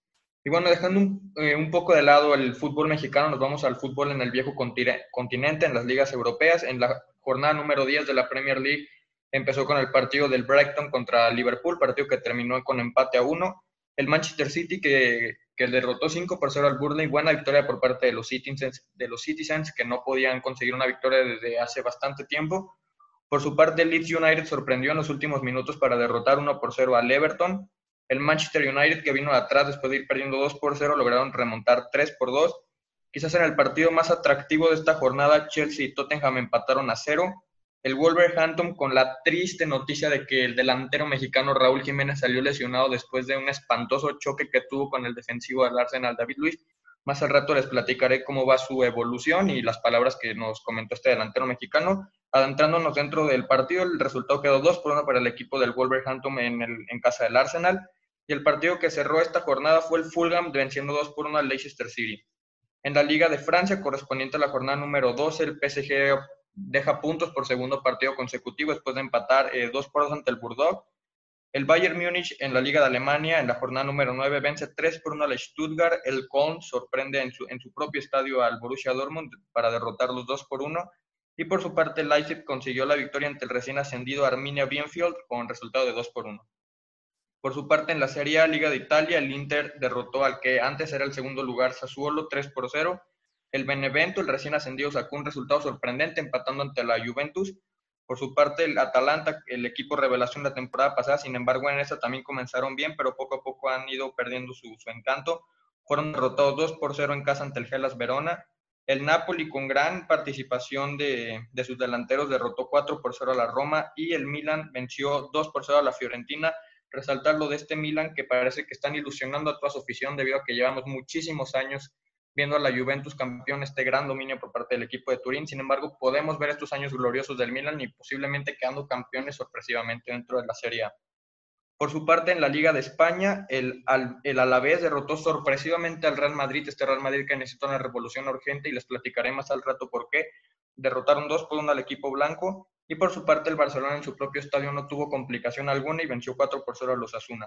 Y bueno, dejando un, eh, un poco de lado el fútbol mexicano, nos vamos al fútbol en el viejo continente, en las ligas europeas. En la jornada número diez de la Premier League empezó con el partido del Brighton contra Liverpool, partido que terminó con empate a uno. El Manchester City que, que derrotó cinco por cero al Burnley, buena victoria por parte de los, Citizens, de los Citizens, que no podían conseguir una victoria desde hace bastante tiempo. Por su parte, el Leeds United sorprendió en los últimos minutos para derrotar uno por cero al Everton. El Manchester United, que vino de atrás después de ir perdiendo dos por cero, lograron remontar tres por dos. Quizás en el partido más atractivo de esta jornada, Chelsea y Tottenham empataron a cero. El Wolverhampton, con la triste noticia de que el delantero mexicano Raúl Jiménez salió lesionado después de un espantoso choque que tuvo con el defensivo del Arsenal, David Luiz. Más al rato les platicaré cómo va su evolución y las palabras que nos comentó este delantero mexicano. Adentrándonos dentro del partido, el resultado quedó dos por uno para el equipo del Wolverhampton en, el, en casa del Arsenal. Y el partido que cerró esta jornada fue el Fulham, venciendo dos por uno al Leicester City. En la Liga de Francia, correspondiente a la jornada número doce, el P S G deja puntos por segundo partido consecutivo después de empatar eh, dos por dos ante el Bordeaux. El Bayern Múnich en la Liga de Alemania, en la jornada número nueve, vence tres por uno al Stuttgart. El Köln sorprende en su, en su propio estadio al Borussia Dortmund para derrotarlos dos por uno. Y por su parte, el Leipzig consiguió la victoria ante el recién ascendido Arminia Bielefeld con resultado de dos por uno. Por su parte, en la Serie A Liga de Italia, el Inter derrotó al que antes era el segundo lugar Sassuolo tres por cero. El Benevento, el recién ascendido, sacó un resultado sorprendente empatando ante la Juventus. Por su parte, el Atalanta, el equipo revelación de la temporada pasada, sin embargo, en esta también comenzaron bien, pero poco a poco han ido perdiendo su, su encanto. Fueron derrotados dos por cero en casa ante el Hellas Verona. El Napoli, con gran participación de, de sus delanteros, derrotó cuatro por cero a la Roma, y el Milan venció dos por cero a la Fiorentina. Resaltar lo de este Milan, que parece que están ilusionando a toda su afición debido a que llevamos muchísimos años viendo a la Juventus campeón, este gran dominio por parte del equipo de Turín. Sin embargo, podemos ver estos años gloriosos del Milan y posiblemente quedando campeones sorpresivamente dentro de la Serie A. Por su parte, en la Liga de España, el, el Alavés derrotó sorpresivamente al Real Madrid, este Real Madrid que necesita una revolución urgente, y les platicaré más al rato por qué. Derrotaron dos por uno al equipo blanco. Y por su parte, el Barcelona en su propio estadio no tuvo complicación alguna y venció cuatro por cero a los Osasuna.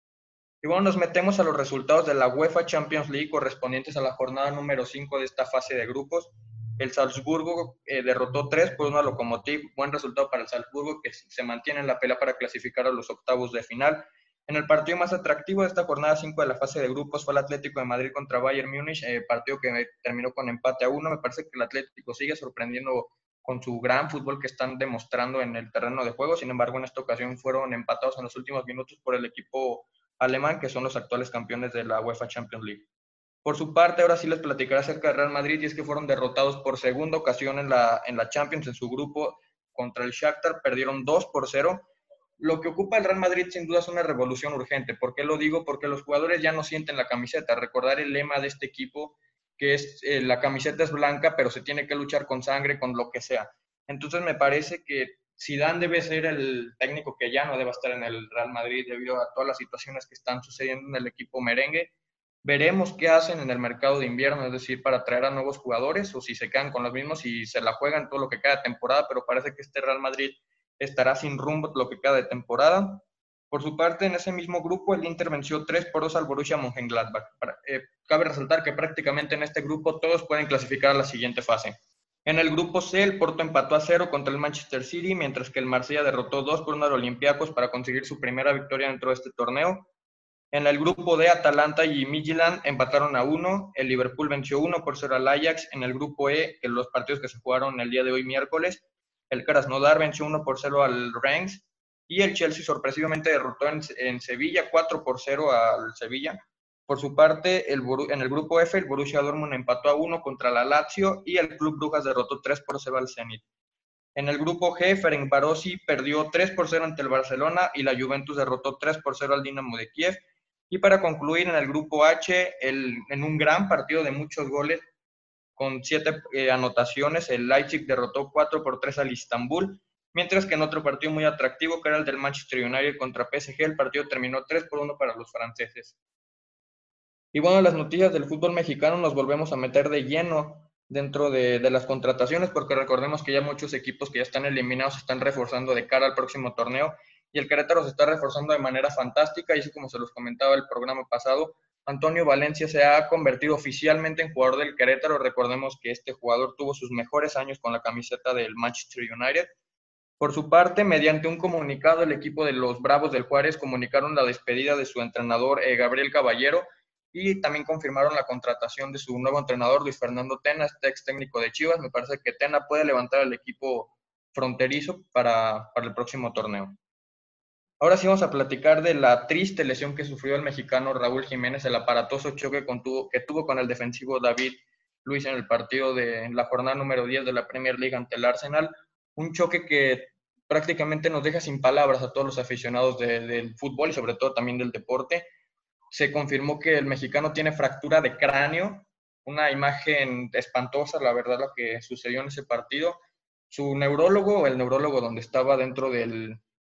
Y bueno, nos metemos a los resultados de la UEFA Champions League correspondientes a la jornada número cinco de esta fase de grupos. El Salzburgo eh, derrotó tres por uno a Lokomotiv. Buen resultado para el Salzburgo, que se mantiene en la pelea para clasificar a los octavos de final. En el partido más atractivo de esta jornada cinco de la fase de grupos fue el Atlético de Madrid contra Bayern Múnich, eh, partido que terminó con empate a uno. Me parece que el Atlético sigue sorprendiendo con su gran fútbol que están demostrando en el terreno de juego. Sin embargo, en esta ocasión fueron empatados en los últimos minutos por el equipo alemán, que son los actuales campeones de la UEFA Champions League. Por su parte, ahora sí les platicaré acerca del Real Madrid, y es que fueron derrotados por segunda ocasión en la, en la Champions en su grupo contra el Shakhtar. Perdieron dos por cero. Lo que ocupa el Real Madrid sin duda es una revolución urgente. ¿Por qué lo digo? Porque los jugadores ya no sienten la camiseta. Recordar el lema de este equipo, que es eh, la camiseta es blanca, pero se tiene que luchar con sangre, con lo que sea. Entonces me parece que Zidane debe ser el técnico que ya no debe estar en el Real Madrid debido a todas las situaciones que están sucediendo en el equipo merengue. Veremos qué hacen en el mercado de invierno, es decir, para traer a nuevos jugadores, o si se quedan con los mismos y se la juegan todo lo que queda de temporada, pero parece que este Real Madrid estará sin rumbo lo que queda de temporada. Por su parte, en ese mismo grupo, el Inter venció tres por dos al Borussia Mönchengladbach. Eh, cabe resaltar que prácticamente en este grupo todos pueden clasificar a la siguiente fase. En el grupo C, el Porto empató a cero contra el Manchester City, mientras que el Marsella derrotó dos por uno al Olympiacos para conseguir su primera victoria dentro de este torneo. En el grupo D, Atalanta y Midtjylland empataron a uno. El Liverpool venció uno por cero al Ajax. En el grupo E, en los partidos que se jugaron el día de hoy miércoles, el Krasnodar venció uno por cero al Rennes. Y el Chelsea sorpresivamente derrotó en, en Sevilla cuatro por cero al Sevilla. Por su parte, el, en el grupo F, el Borussia Dortmund empató a uno contra la Lazio, y el Club Brujas derrotó tres por cero al Zenit. En el grupo G, Ferencvárosi perdió tres por cero ante el Barcelona, y la Juventus derrotó tres por cero al Dinamo de Kiev. Y para concluir, en el grupo H, el, en un gran partido de muchos goles, con siete eh, anotaciones, el Leipzig derrotó cuatro por tres al Istanbul, mientras que en otro partido muy atractivo, que era el del Manchester United contra P S G, el partido terminó tres por uno para los franceses. Y bueno, las noticias del fútbol mexicano, nos volvemos a meter de lleno dentro de, de las contrataciones, porque recordemos que ya muchos equipos que ya están eliminados se están reforzando de cara al próximo torneo, y el Querétaro se está reforzando de manera fantástica, y así como se los comentaba el programa pasado, Antonio Valencia se ha convertido oficialmente en jugador del Querétaro. Recordemos que este jugador tuvo sus mejores años con la camiseta del Manchester United. Por su parte, mediante un comunicado, el equipo de los Bravos del Juárez comunicaron la despedida de su entrenador eh, Gabriel Caballero y también confirmaron la contratación de su nuevo entrenador Luis Fernando Tena, ex técnico de Chivas. Me parece que Tena puede levantar al equipo fronterizo para, para el próximo torneo. Ahora sí vamos a platicar de la triste lesión que sufrió el mexicano Raúl Jiménez, el aparatoso choque con tuvo, que tuvo con el defensivo David Luiz en el partido de la jornada número diez de la Premier League ante el Arsenal. Un choque que prácticamente nos deja sin palabras a todos los aficionados de, del fútbol y sobre todo también del deporte. Se confirmó que el mexicano tiene fractura de cráneo, una imagen espantosa, la verdad, lo que sucedió en ese partido. Su neurólogo, el neurólogo donde estaba dentro del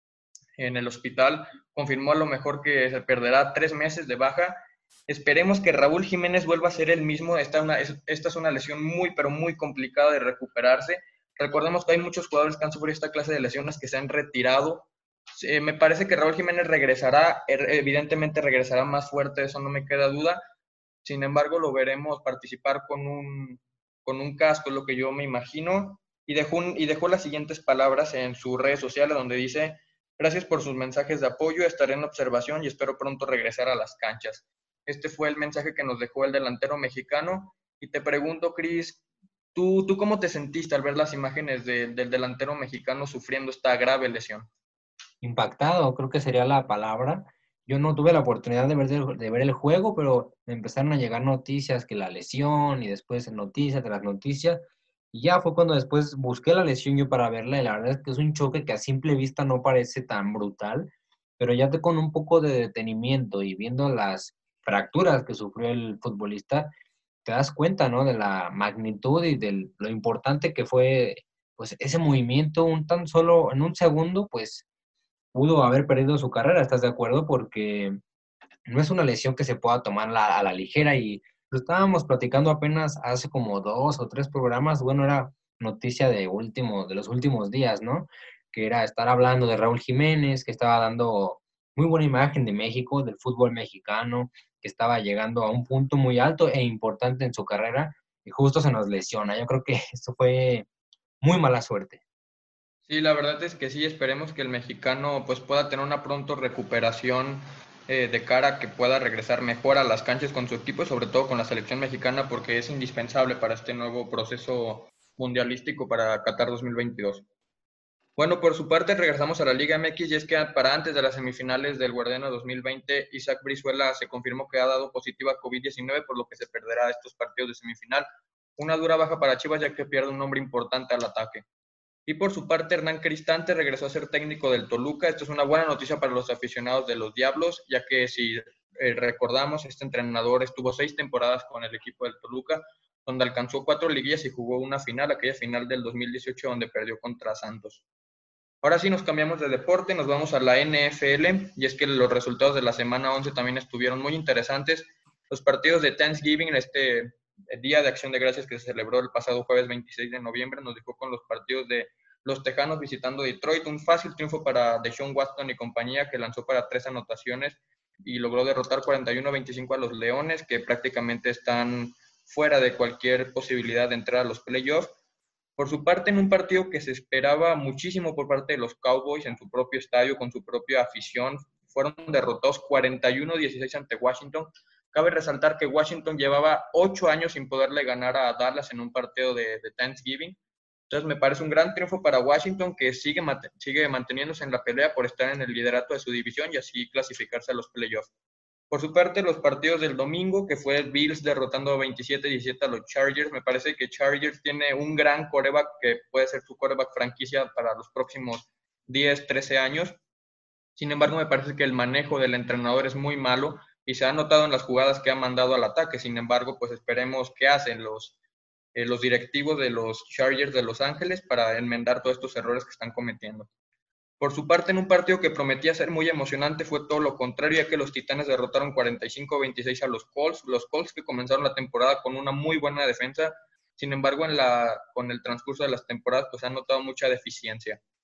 en el hospital, confirmó a lo mejor que se perderá tres meses de baja. Esperemos que Raúl Jiménez vuelva a ser el mismo. Esta, una, esta es una lesión muy, pero muy complicada de recuperarse. Recordemos que hay muchos jugadores que han sufrido esta clase de lesiones que se han retirado. Eh, me parece que Raúl Jiménez regresará, evidentemente regresará más fuerte, eso no me queda duda. Sin embargo, lo veremos participar con un, con un casco, es lo que yo me imagino. Y dejó, un, y dejó las siguientes palabras en sus redes sociales donde dice: gracias por sus mensajes de apoyo, estaré en observación y espero pronto regresar a las canchas. Este fue el mensaje que nos dejó el delantero mexicano. Y te pregunto, Cris, ¿tú, ¿tú cómo te sentiste al ver las imágenes de, del delantero mexicano sufriendo esta grave lesión? Impactado, creo que sería la palabra. Yo no tuve la oportunidad de ver, de ver el juego, pero me empezaron a llegar noticias que la lesión y después noticias tras noticias. Y ya fue cuando después busqué la lesión yo para verla y la verdad es que es un choque que a simple vista no parece tan brutal, pero ya te, con un poco de detenimiento y viendo las fracturas que sufrió el futbolista, te das cuenta, ¿no? De la magnitud y de lo importante que fue, pues, ese movimiento, un tan solo, en un segundo, pues, pudo haber perdido su carrera, ¿estás de acuerdo? Porque no es una lesión que se pueda tomar la, a la ligera y lo estábamos platicando apenas hace como dos o tres programas, bueno, era noticia de último, de los últimos días, ¿no? Que era estar hablando de Raúl Jiménez, que estaba dando muy buena imagen de México, del fútbol mexicano, que estaba llegando a un punto muy alto e importante en su carrera y justo se nos lesiona. Yo creo que esto fue muy mala suerte. Sí, la verdad es que sí, esperemos que el mexicano pues pueda tener una pronto recuperación eh, de cara a que pueda regresar mejor a las canchas con su equipo y sobre todo con la selección mexicana porque es indispensable para este nuevo proceso mundialístico para Qatar dos mil veintidós. Bueno, por su parte regresamos a la Liga M X y es que para antes de las semifinales del Guardiana dos mil veinte, Isaac Brizuela se confirmó que ha dado positiva a COVID diecinueve, por lo que se perderá estos partidos de semifinal. Una dura baja para Chivas ya que pierde un hombre importante al ataque. Y por su parte, Hernán Cristante regresó a ser técnico del Toluca. Esto es una buena noticia para los aficionados de los Diablos, ya que si eh, recordamos, este entrenador estuvo seis temporadas con el equipo del Toluca, donde alcanzó cuatro liguillas y jugó una final, aquella final del dos mil dieciocho, donde perdió contra Santos. Ahora sí nos cambiamos de deporte, nos vamos a la N F L, y es que los resultados de la semana once también estuvieron muy interesantes. Los partidos de Thanksgiving, este Día de Acción de Gracias que se celebró el pasado jueves veintiséis de noviembre, nos dejó con los partidos de los Tejanos visitando Detroit, un fácil triunfo para Deshaun Watson y compañía, que lanzó para tres anotaciones y logró derrotar cuarenta y uno a veinticinco a los Leones, que prácticamente están fuera de cualquier posibilidad de entrar a los playoffs. Por su parte, en un partido que se esperaba muchísimo por parte de los Cowboys en su propio estadio, con su propia afición, fueron derrotados cuarenta y uno a dieciséis ante Washington. Cabe resaltar que Washington llevaba ocho años sin poderle ganar a Dallas en un partido de, de Thanksgiving. Entonces me parece un gran triunfo para Washington, que sigue, sigue manteniéndose en la pelea por estar en el liderato de su división y así clasificarse a los playoffs. Por su parte, los partidos del domingo, que fue Bills derrotando veintisiete a diecisiete a los Chargers, me parece que Chargers tiene un gran quarterback que puede ser su quarterback franquicia para los próximos diez, trece años. Sin embargo, me parece que el manejo del entrenador es muy malo y se ha notado en las jugadas que ha mandado al ataque. Sin embargo, pues esperemos qué hacen los, eh, los directivos de los Chargers de Los Ángeles para enmendar todos estos errores que están cometiendo. Por su parte, en un partido que prometía ser muy emocionante, fue todo lo contrario, ya que los Titanes derrotaron cuarenta y cinco a veintiséis a los Colts. Los Colts que comenzaron la temporada con una muy buena defensa. Sin embargo, en la, con el transcurso de las temporadas, pues han notado mucha deficiencia.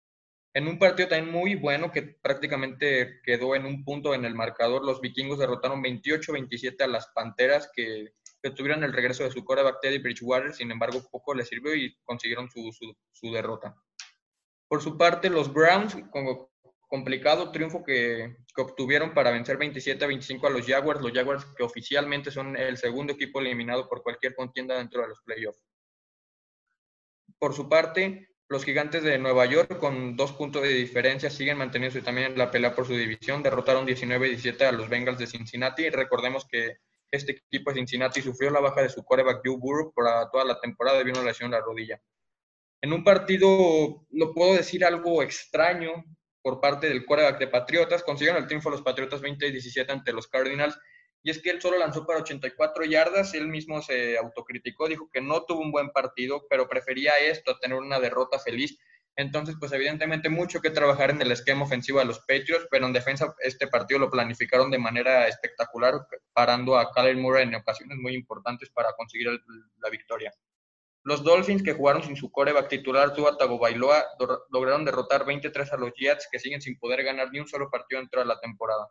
En un partido también muy bueno que prácticamente quedó en un punto en el marcador, los vikingos derrotaron veintiocho veintisiete a las Panteras que, que tuvieron el regreso de su quarterback Teddy Bridgewater, sin embargo poco les sirvió y consiguieron su, su, su derrota. Por su parte, los Browns, con complicado triunfo que, que obtuvieron para vencer veintisiete a veinticinco a los Jaguars, los Jaguars que oficialmente son el segundo equipo eliminado por cualquier contienda dentro de los playoffs. Por su parte, los Gigantes de Nueva York, con dos puntos de diferencia, siguen manteniéndose también en la pelea por su división. Derrotaron diecinueve a diecisiete a los Bengals de Cincinnati. Y recordemos que este equipo de Cincinnati sufrió la baja de su quarterback Joe Burrow por toda la temporada debido a una lesión en la rodilla. En un partido, lo puedo decir algo extraño por parte del quarterback de Patriotas, consiguieron el triunfo los Patriotas veinte a diecisiete ante los Cardinals, y es que él solo lanzó para ochenta y cuatro yardas, él mismo se autocriticó, dijo que no tuvo un buen partido, pero prefería esto a tener una derrota feliz. Entonces, pues evidentemente mucho que trabajar en el esquema ofensivo de los Patriots, pero en defensa este partido lo planificaron de manera espectacular, parando a Kyler Murray en ocasiones muy importantes para conseguir el, la victoria. Los Dolphins, que jugaron sin su quarterback titular Tua Tagovailoa, do- lograron derrotar veintitrés a los Jets, que siguen sin poder ganar ni un solo partido dentro de la temporada.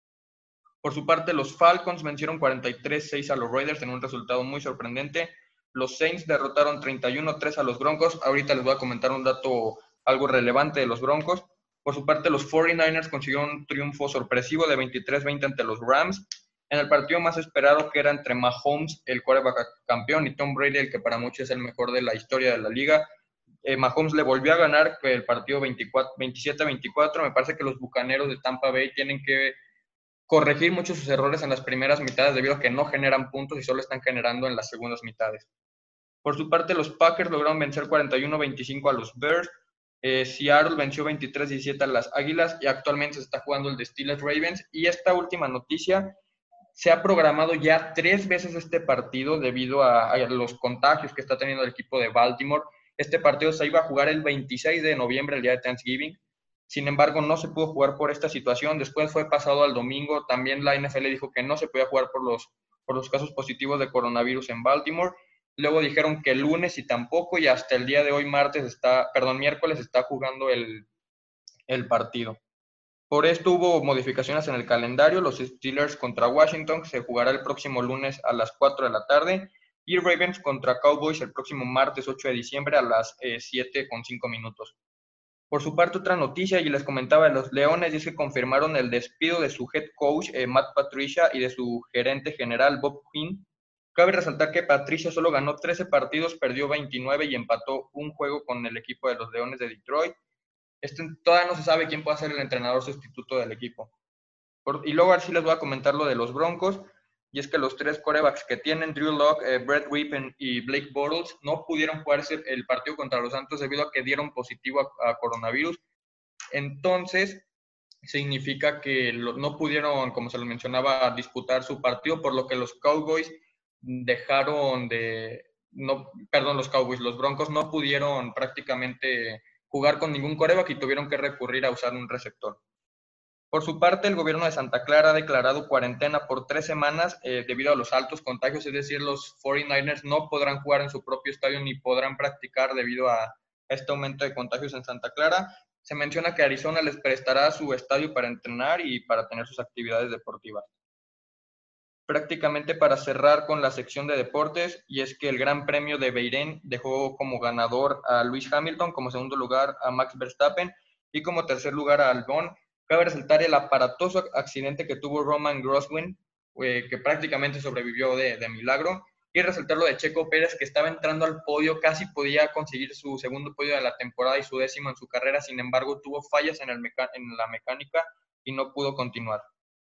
Por su parte, los Falcons vencieron cuarenta y tres a seis a los Raiders en un resultado muy sorprendente. Los Saints derrotaron treinta y uno a tres a los Broncos. Ahorita les voy a comentar un dato algo relevante de los Broncos. Por su parte, los cuarenta y nueve ers consiguieron un triunfo sorpresivo de veintitrés a veinte ante los Rams. En el partido más esperado, que era entre Mahomes, el quarterback campeón, y Tom Brady, el que para muchos es el mejor de la historia de la liga, eh, Mahomes le volvió a ganar el partido veintisiete a veinticuatro. Me parece que los Bucaneros de Tampa Bay tienen que corregir muchos sus errores en las primeras mitades debido a que no generan puntos y solo están generando en las segundas mitades. Por su parte, los Packers lograron vencer cuarenta y uno a veinticinco a los Bears. Eh, Seattle venció veintitrés a diecisiete a las Águilas y actualmente se está jugando el de Steelers Ravens. Y esta última noticia, se ha programado ya tres veces este partido debido a, a los contagios que está teniendo el equipo de Baltimore. Este partido se iba a jugar el veintiséis de noviembre, el día de Thanksgiving. Sin embargo, no se pudo jugar por esta situación. Después fue pasado al domingo. También la N F L dijo que no se podía jugar por los, por los casos positivos de coronavirus en Baltimore. Luego dijeron que el lunes y tampoco, y hasta el día de hoy, martes, está, perdón, miércoles, está jugando el, el partido. Por esto hubo modificaciones en el calendario. Los Steelers contra Washington se jugará el próximo lunes a las cuatro de la tarde y Ravens contra Cowboys el próximo martes ocho de diciembre a las eh, siete con cinco minutos. Por su parte, otra noticia, y les comentaba de los Leones, es que confirmaron el despido de su head coach, eh, Matt Patricia, y de su gerente general, Bob Quinn. Cabe resaltar que Patricia solo ganó trece partidos, perdió veintinueve y empató un juego con el equipo de los Leones de Detroit. Este, todavía no se sabe quién puede ser el entrenador sustituto del equipo. Por, y luego así les voy a comentar lo de los Broncos, y es que los tres quarterbacks que tienen, Drew Lock, eh, Brett Rippon y Blake Bortles, no pudieron jugarse el partido contra los Santos debido a que dieron positivo a, a coronavirus. Entonces, significa que lo, no pudieron, como se les mencionaba, disputar su partido, por lo que los Cowboys dejaron de, no, perdón, los Cowboys, los Broncos no pudieron prácticamente jugar con ningún quarterback y tuvieron que recurrir a usar un receptor. Por su parte, el gobierno de Santa Clara ha declarado cuarentena por tres semanas eh, debido a los altos contagios, es decir, los cuarenta y nueve ers no podrán jugar en su propio estadio ni podrán practicar debido a este aumento de contagios en Santa Clara. Se menciona que Arizona les prestará su estadio para entrenar y para tener sus actividades deportivas. Prácticamente para cerrar con la sección de deportes, y es que el Gran Premio de Bahrein dejó como ganador a Lewis Hamilton, como segundo lugar a Max Verstappen y como tercer lugar a Albon. Cabe resaltar el aparatoso accidente que tuvo Roman Grosjean, eh, que prácticamente sobrevivió de, de milagro, y resaltar lo de Checo Pérez, que estaba entrando al podio, casi podía conseguir su segundo podio de la temporada y su décimo en su carrera, sin embargo tuvo fallas en, el meca- en la mecánica y no pudo continuar.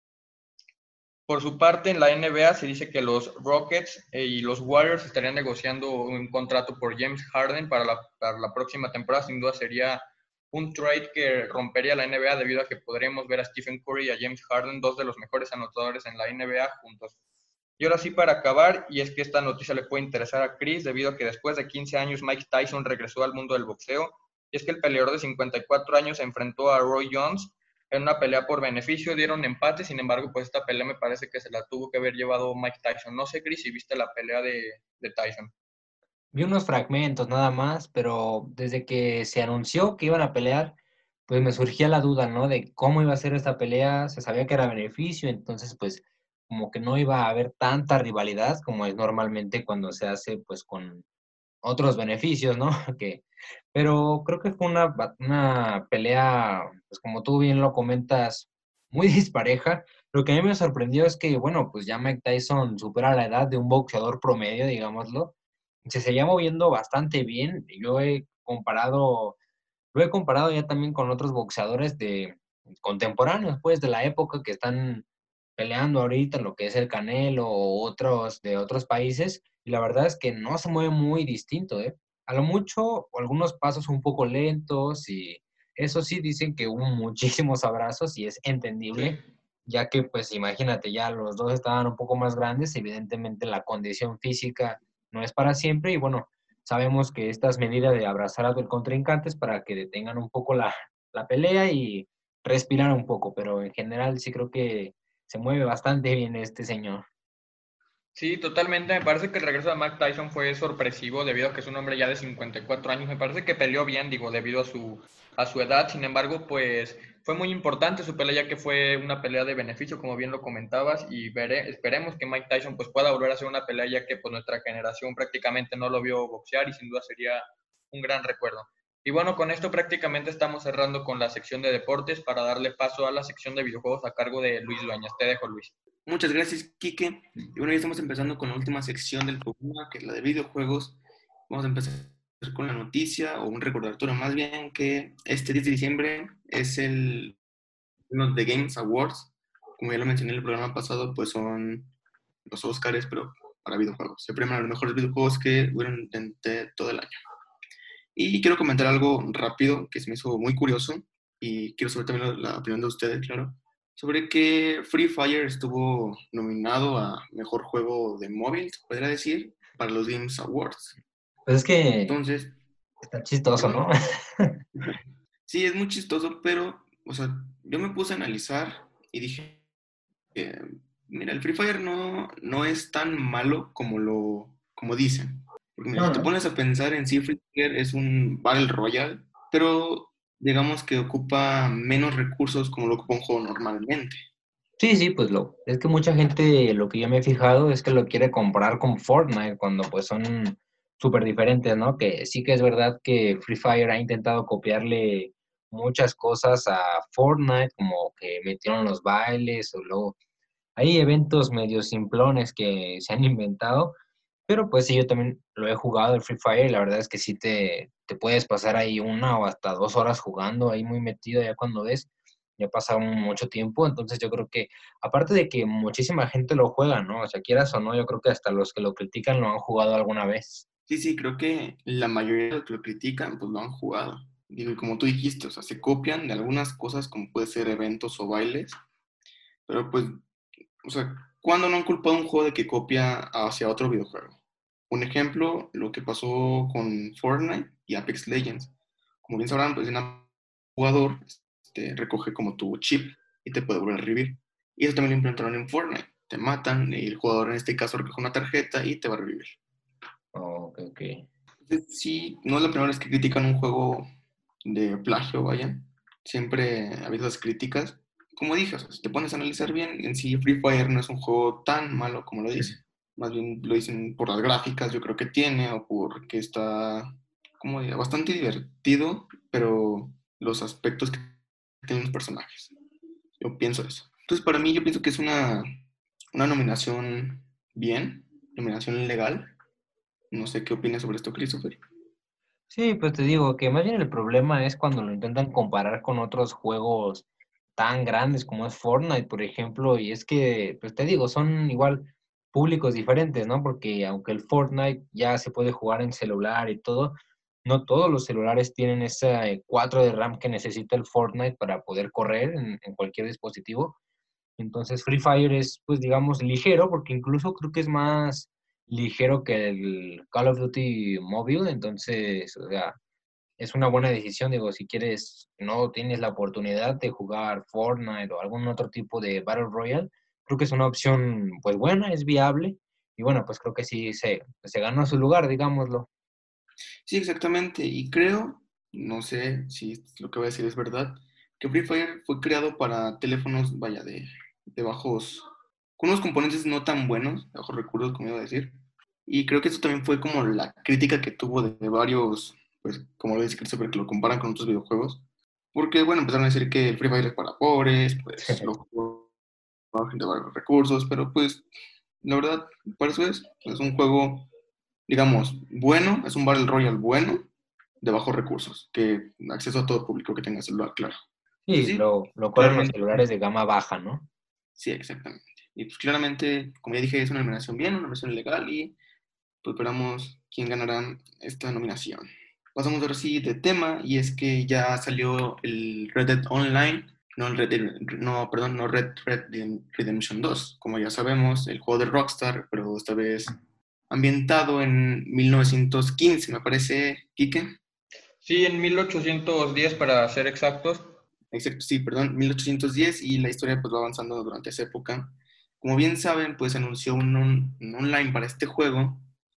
Por su parte, en la N B A se dice que los Rockets eh, y los Warriors estarían negociando un contrato por James Harden para la, para la próxima temporada. Sin duda sería un trade que rompería la N B A debido a que podríamos ver a Stephen Curry y a James Harden, dos de los mejores anotadores en la N B A, juntos. Y ahora sí, para acabar, y es que esta noticia le puede interesar a Chris debido a que después de quince años Mike Tyson regresó al mundo del boxeo. Y es que el peleador de cincuenta y cuatro años se enfrentó a Roy Jones en una pelea por beneficio, dieron empate, sin embargo, pues esta pelea me parece que se la tuvo que haber llevado Mike Tyson. No sé, Chris, si viste la pelea de, de Tyson. Vi unos fragmentos nada más, pero desde que se anunció que iban a pelear, pues me surgía la duda, ¿no? De cómo iba a ser esta pelea, se sabía que era beneficio, entonces pues como que no iba a haber tanta rivalidad como es normalmente cuando se hace pues con otros beneficios, ¿no? Que, pero creo que fue una, ba- una pelea, pues como tú bien lo comentas, muy dispareja. Lo que a mí me sorprendió es que, bueno, pues ya Mike Tyson supera la edad de un boxeador promedio, digámoslo. Se seguía moviendo bastante bien. Yo he comparado, lo he comparado ya también con otros boxeadores de contemporáneos, pues, de la época que están peleando ahorita, lo que es el Canelo o otros de otros países, y la verdad es que no se mueve muy distinto, ¿eh? A lo mucho, algunos pasos un poco lentos y eso sí dicen que hubo muchísimos abrazos y es Sí. entendible, ya que pues imagínate, ya los dos estaban un poco más grandes, evidentemente la condición física no es para siempre y bueno, sabemos que estas medidas de abrazar a tu contrincante es para que detengan un poco la, la pelea y respirar un poco, pero en general sí creo que se mueve bastante bien este señor. Sí, totalmente. Me parece que el regreso de Mike Tyson fue sorpresivo debido a que es un hombre ya de cincuenta y cuatro años. Me parece que peleó bien, digo, debido a su, a su edad. Sin embargo, pues fue muy importante su pelea ya que fue una pelea de beneficio, como bien lo comentabas. Y veré, esperemos que Mike Tyson pues pueda volver a hacer una pelea ya que pues nuestra generación prácticamente no lo vio boxear y sin duda sería un gran recuerdo. Y bueno, con esto prácticamente estamos cerrando con la sección de deportes para darle paso a la sección de videojuegos a cargo de Luis Dueñas. Te dejo, Luis. Muchas gracias, Quique. Y bueno, ya estamos empezando con la última sección del programa, que es la de videojuegos. Vamos a empezar con la noticia, o un recordatorio más bien, que este diez de diciembre es el uno de Games Awards. Como ya lo mencioné en el programa pasado, pues son los Oscars, pero para videojuegos. Se premian a los mejores videojuegos que durante todo el año. Y quiero comentar algo rápido que se me hizo muy curioso y quiero saber también la, la opinión de ustedes, claro, sobre que Free Fire estuvo nominado a Mejor Juego de Móvil, se podría decir, para los Games Awards. Pues es que Entonces, está chistoso, ¿no? perdón, sí, es muy chistoso, pero, o sea, yo me puse a analizar y dije, eh, mira, el Free Fire no, no es tan malo como lo como dicen. Porque mira, No, si te no. pones a pensar en sí, Free Fire es un Battle Royale, pero digamos que ocupa menos recursos como lo ocupa un juego normalmente. Sí, sí, pues lo, es que mucha gente, lo que yo me he fijado es que lo quiere comparar con Fortnite cuando pues son súper diferentes, ¿no? Que sí que es verdad que Free Fire ha intentado copiarle muchas cosas a Fortnite, como que metieron los bailes o luego hay eventos medio simplones que se han inventado, pero pues sí, yo también lo he jugado el Free Fire y la verdad es que sí te, te puedes pasar ahí una o hasta dos horas jugando ahí muy metido ya cuando ves, ya pasa un- mucho tiempo, entonces yo creo que aparte de que muchísima gente lo juega, ¿no? O sea, quieras o no, yo creo que hasta los que lo critican lo han jugado alguna vez. Sí, sí, creo que la mayoría de los que lo critican, pues lo han jugado. Digo, y como tú dijiste, o sea, se copian de algunas cosas como puede ser eventos o bailes, pero pues, o sea, ¿cuándo no han culpado a un juego de que copia hacia otro videojuego? Un ejemplo, lo que pasó con Fortnite y Apex Legends. Como bien sabrán, pues un jugador este, recoge como tu chip y te puede volver a revivir. Y eso también lo implementaron en Fortnite. Te matan y el jugador en este caso recoge una tarjeta y te va a revivir. Oh, ok, ok. Entonces, sí, no es la primera vez que critican un juego de plagio, vaya. Siempre ha habido las críticas. Como dije, o sea, si te pones a analizar bien, en sí Free Fire no es un juego tan malo como lo dicen. Más bien lo dicen por las gráficas, yo creo que tiene, o porque está, como diría, bastante divertido, pero los aspectos que tienen los personajes. Yo pienso eso. Entonces, para mí, yo pienso que es una, una nominación bien, nominación legal. No sé qué opinas sobre esto, Christopher. Sí, pues te digo que más bien el problema es cuando lo intentan comparar con otros juegos tan grandes como es Fortnite, por ejemplo, y es que, pues te digo, son igual públicos diferentes, ¿no? Porque aunque el Fortnite ya se puede jugar en celular y todo, no todos los celulares tienen ese cuatro de RAM que necesita el Fortnite para poder correr en, en cualquier dispositivo. Entonces Free Fire es, pues digamos, ligero, porque incluso creo que es más ligero que el Call of Duty móvil, entonces, o sea, es una buena decisión, digo, si quieres, no tienes la oportunidad de jugar Fortnite o algún otro tipo de Battle Royale, creo que es una opción, pues buena, es viable, y bueno, pues creo que sí se, se ganó su lugar, digámoslo. Sí, exactamente. Y creo, no sé si lo que voy a decir es verdad, que Free Fire fue creado para teléfonos, vaya, de, de bajos, con unos componentes no tan buenos, de bajos recursos, como iba a decir. Y creo que eso también fue como la crítica que tuvo de, de varios, pues, como lo dice Christopher, que lo comparan con otros videojuegos. Porque, bueno, empezaron a decir que el Free Fire es para pobres, pues, lo jugó gente de varios recursos, pero pues, la verdad, para eso es, es un juego, digamos, bueno, es un Battle Royale bueno, de bajos recursos, que acceso a todo público que tenga celular, claro. Pues Sí, sí, lo, lo corren los claramente, celulares de gama baja, ¿no? sí, exactamente. Y pues claramente, como ya dije, es una nominación bien, una nominación legal y pues veremos quién ganará esta nominación. Pasamos ahora sí de tema y es que ya salió el Red Dead Online, no, el Red Dead, no perdón, no Red Red Redemption dos, como ya sabemos, el juego de Rockstar, pero esta vez ambientado en mil novecientos quince, me parece, Quique. Sí, en mil ochocientos diez para ser exactos. Exacto, sí, perdón, mil ochocientos diez y la historia pues va avanzando durante esa época. Como bien saben, pues anunció un, un, un online para este juego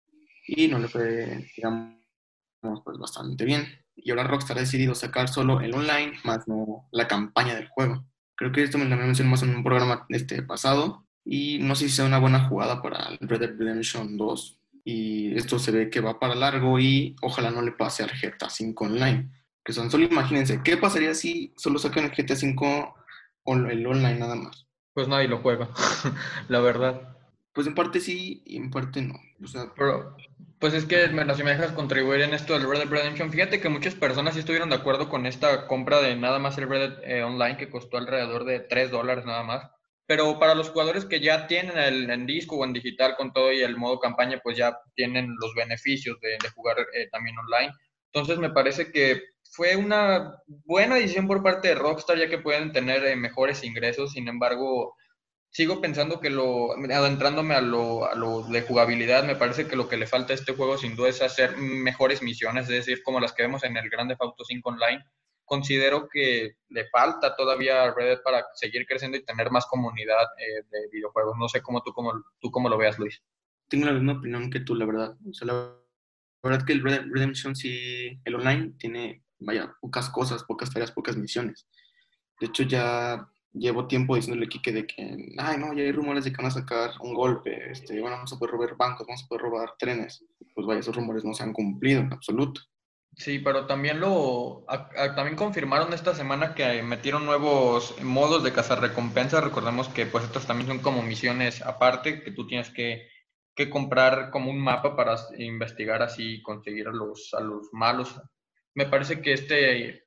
y no le fue, digamos, pues bastante bien. Y ahora Rockstar ha decidido sacar solo el online, más no la campaña del juego. Creo que esto me lo mencionamos en un programa este pasado y no sé si sea una buena jugada para el Red Dead Redemption dos. Y esto se ve que va para largo y ojalá no le pase al G T A cinco Online. Que son, solo imagínense, ¿qué pasaría si solo sacan el G T A cinco o el online nada más? Pues nadie lo juega, la verdad. Pues en parte sí y en parte no. O sea, Pero, pues es que, bueno, si me dejas contribuir en esto del Red Dead Redemption, fíjate que muchas personas sí estuvieron de acuerdo con esta compra de nada más el Red Dead eh, Online, que costó alrededor de tres dólares nada más. Pero para los jugadores que ya tienen el en disco o en digital con todo y el modo campaña, pues ya tienen los beneficios de, de jugar eh, también online. Entonces me parece que fue una buena decisión por parte de Rockstar, ya que pueden tener eh, mejores ingresos. Sin embargo, sigo pensando que lo, adentrándome a lo, a lo de jugabilidad, me parece que lo que le falta a este juego sin duda es hacer mejores misiones, es decir, como las que vemos en el Grand Theft Auto cinco Online. Considero que le falta todavía a Red Dead para seguir creciendo y tener más comunidad eh, de videojuegos. No sé cómo tú, cómo, tú cómo lo veas, Luis. tengo la misma opinión que tú, la verdad. O sea, la verdad que el Red Dead Redemption sí, el online tiene, vaya, pocas cosas, pocas tareas, pocas misiones. De hecho, ya llevo tiempo diciéndole a Kike de que, ay, no, ya hay rumores de que van a sacar un golpe, este, bueno, vamos a poder robar bancos, vamos a poder robar trenes. Pues vaya, esos rumores no se han cumplido en absoluto. Sí, pero también lo a- a- también confirmaron esta semana que metieron nuevos modos de cazarrecompensas. Recordemos que pues estos también son como misiones aparte que tú tienes que, que comprar como un mapa para s- investigar así y conseguir a los a los malos. Me parece que este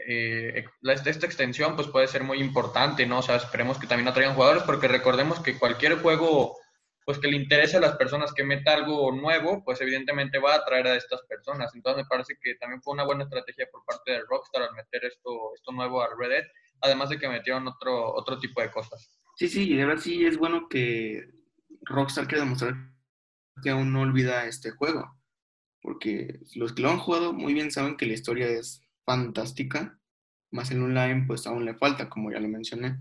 eh, la- esta esta extensión pues puede ser muy importante, ¿no? O sea, esperemos que también atraigan jugadores porque recordemos que cualquier juego pues que le interese a las personas que meta algo nuevo, pues evidentemente va a atraer a estas personas. Entonces me parece que también fue una buena estrategia por parte de Rockstar al meter esto, esto nuevo al Red Dead, además de que metieron otro, otro tipo de cosas. Sí, sí, y de verdad sí es bueno que Rockstar quiera demostrar que aún no olvida este juego, porque los que lo han jugado muy bien saben que la historia es fantástica, más el online pues aún le falta, como ya lo mencioné.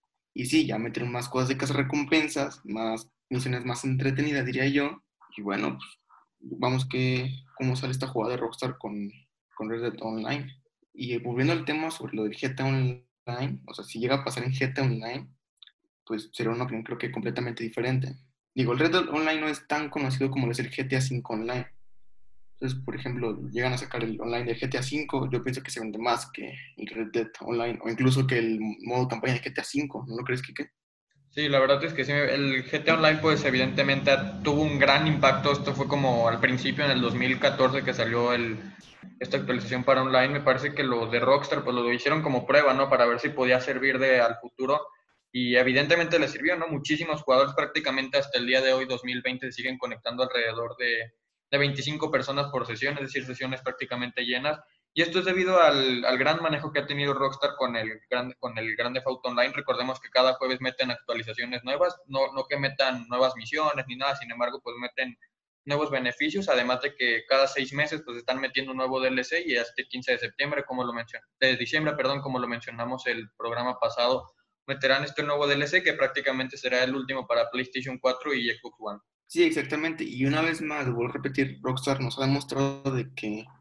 Y sí, ya metieron más cosas de recompensas, más misiones más entretenidas, diría yo. Y bueno, pues vamos que cómo sale esta jugada de Rockstar con, con Red Dead Online. Y volviendo al tema sobre lo del G T A Online, o sea, si llega a pasar en G T A Online, pues será una opinión creo que completamente diferente. Digo, el Red Dead Online no es tan conocido como lo es el G T A cinco Online. Entonces, por ejemplo, llegan a sacar el online de G T A cinco, yo pienso que se vende más que el Red Dead Online, o incluso que el modo campaña de G T A cinco, ¿no lo crees, Kike? Sí, la verdad es que sí, el G T A Online pues evidentemente tuvo un gran impacto, esto fue como al principio en el dos mil catorce que salió el, esta actualización para online, me parece que lo de Rockstar pues lo hicieron como prueba, ¿no? Para ver si podía servir de al futuro y evidentemente le sirvió, ¿no? Muchísimos jugadores prácticamente hasta el día de hoy, dos mil veinte, siguen conectando alrededor de, de veinticinco personas por sesión, es decir, sesiones prácticamente llenas. Y esto es debido al, al, gran manejo que ha tenido Rockstar con el, gran, con el Grand Theft Auto Online. Recordemos que cada jueves meten actualizaciones nuevas, no, no que metan nuevas misiones ni nada, sin embargo, pues meten nuevos beneficios, además de que cada seis meses pues están metiendo un nuevo D L C y este quince de septiembre, como lo mencioné, de diciembre, perdón, como lo mencionamos el programa pasado, meterán este nuevo D L C que prácticamente será el último para PlayStation cuatro y Xbox One. Sí, exactamente. Y una vez más, vuelvo a repetir, Rockstar nos ha demostrado de que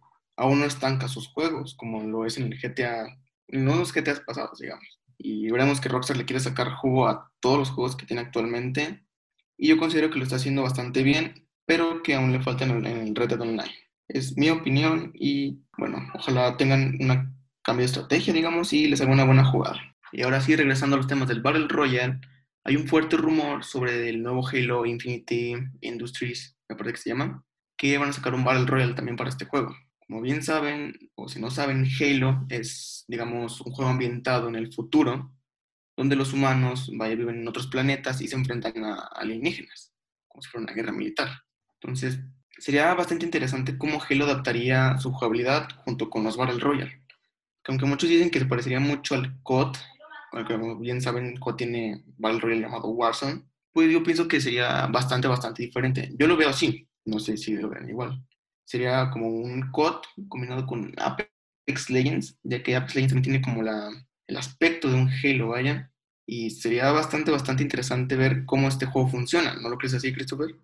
aún no estanca sus juegos, como lo es en el G T A, en los G T A pasados, digamos. Y veremos que Rockstar le quiere sacar jugo a todos los juegos que tiene actualmente, y yo considero que lo está haciendo bastante bien, pero que aún le falta en el, en el Red Dead Online. Es mi opinión y, bueno, ojalá tengan una cambio de estrategia, digamos, y les haga una buena jugada. Y ahora sí, regresando a los temas del Battle Royale, hay un fuerte rumor sobre el nuevo Halo Infinity Industries, me parece que se llama, que van a sacar un Battle Royale también para este juego. Como bien saben, o si no saben, Halo es, digamos, un juego ambientado en el futuro, donde los humanos vaya, viven en otros planetas y se enfrentan a alienígenas, como si fuera una guerra militar. Entonces, sería bastante interesante cómo Halo adaptaría su jugabilidad junto con los Battle Royale. Que aunque muchos dicen que se parecería mucho al C O D, como bien saben, C O D tiene Battle Royale llamado Warzone, pues yo pienso que sería bastante, bastante diferente. Yo lo veo así, no sé si lo ven igual. Sería como un C O D combinado con Apex Legends, ya que Apex Legends también tiene como la, el aspecto de un Halo, vaya. Y sería bastante, bastante interesante ver cómo este juego funciona. ¿No lo crees así, Christopher?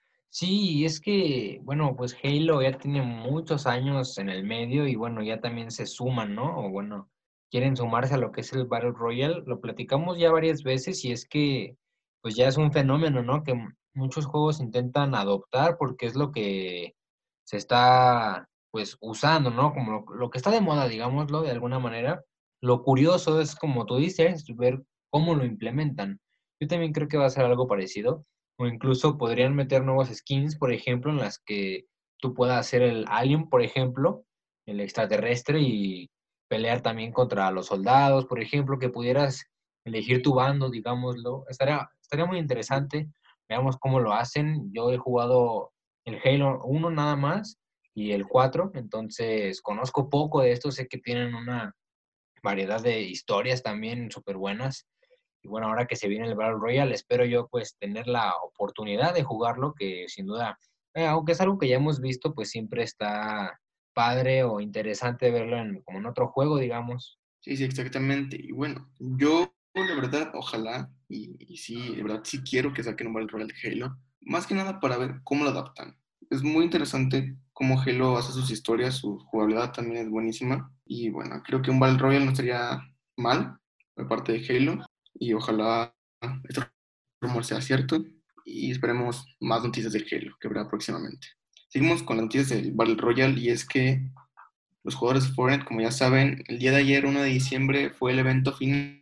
Sí, es que, bueno, pues Halo ya tiene muchos años en el medio y bueno, ya también se suman, ¿no? O bueno, quieren sumarse a lo que es el Battle Royale. Lo platicamos ya varias veces y es que, pues ya es un fenómeno, ¿no? Que m- muchos juegos intentan adoptar porque es lo que se está, pues, usando, ¿no? Como lo, lo que está de moda, digámoslo, de alguna manera. Lo curioso es, como tú dices, ver cómo lo implementan. Yo también creo que va a ser algo parecido. O incluso podrían meter nuevas skins, por ejemplo, en las que tú puedas hacer el alien, por ejemplo, el extraterrestre, y pelear también contra los soldados, por ejemplo, que pudieras elegir tu bando, digámoslo. Estaría, estaría muy interesante. Veamos cómo lo hacen. Yo he jugado el Halo uno nada más y el cuatro, entonces conozco poco de esto. Sé que tienen una variedad de historias también súper buenas. Y bueno, ahora que se viene el Battle Royale, espero yo pues tener la oportunidad de jugarlo, que sin duda, eh, aunque es algo que ya hemos visto, pues siempre está padre o interesante verlo en, como en otro juego, digamos. Sí, sí, exactamente. Y bueno, yo de verdad, ojalá, y, y sí, de verdad sí quiero que saquen un Battle Royale de Halo, más que nada para ver cómo lo adaptan. Es muy interesante cómo Halo hace sus historias, su jugabilidad también es buenísima. Y bueno, creo que un Battle Royale no estaría mal por parte de Halo. Y ojalá este rumor sea cierto. Y esperemos más noticias de Halo que habrá próximamente. Seguimos con las noticias del Battle Royale y es que los jugadores de Fortnite, como ya saben, el día de ayer, uno de diciembre, fue el evento final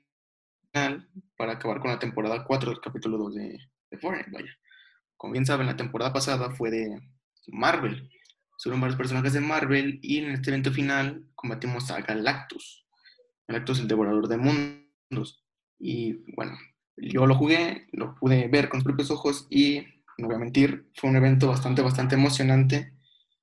para acabar con la temporada cuatro del capítulo dos de, de Fortnite, vaya. Como bien saben, la temporada pasada fue de Marvel. Fueron varios personajes de Marvel y en este evento final combatimos a Galactus. Galactus, el devorador de mundos. Y bueno, yo lo jugué, lo pude ver con mis propios ojos y, no voy a mentir, fue un evento bastante, bastante emocionante.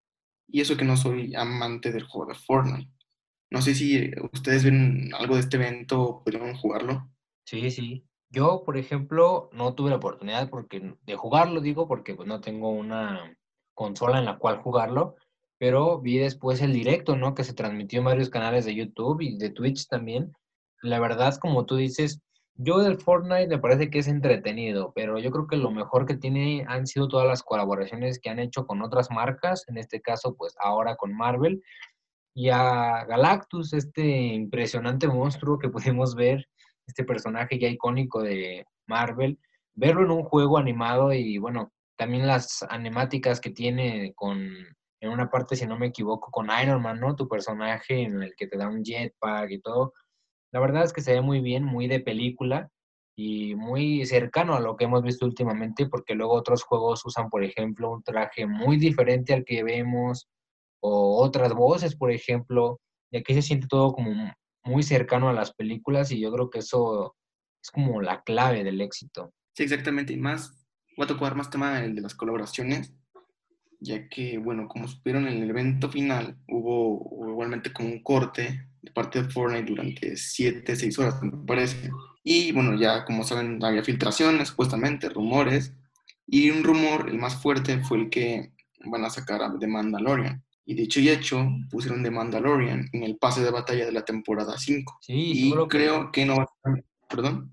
Y eso que no soy amante del juego de Fortnite. No sé si ustedes ven algo de este evento o pudieron jugarlo. Sí, sí. Yo, por ejemplo, no tuve la oportunidad porque, de jugarlo, digo, porque pues no tengo una consola en la cual jugarlo, pero vi después el directo, ¿no? Que se transmitió en varios canales de YouTube y de Twitch también. La verdad, como tú dices, yo del Fortnite me parece que es entretenido, pero yo creo que lo mejor que tiene han sido todas las colaboraciones que han hecho con otras marcas, en este caso, pues ahora con Marvel, y a Galactus, este impresionante monstruo que pudimos ver, este personaje ya icónico de Marvel, verlo en un juego animado y bueno, también las animáticas que tiene con, en una parte, si no me equivoco, con Iron Man, ¿no? Tu personaje en el que te da un jetpack y todo. La verdad es que se ve muy bien, muy de película y muy cercano a lo que hemos visto últimamente, porque luego otros juegos usan, por ejemplo, un traje muy diferente al que vemos o otras voces, por ejemplo, y aquí se siente todo como mu- muy cercano a las películas y yo creo que eso es como la clave del éxito. Sí, exactamente. Y más, voy a tocar más tema el de las colaboraciones, ya que, bueno, como supieron en el evento final, hubo, hubo igualmente como un corte de parte de Fortnite durante siete seis horas, me parece. Y bueno, ya como saben, había filtraciones, supuestamente, rumores. Y un rumor, el más fuerte, fue el que van a sacar a The Mandalorian. Y dicho y hecho, pusieron The Mandalorian en el pase de batalla de la temporada cinco. Sí, sí fue Y lo que vi. creo que no va a ser, perdón.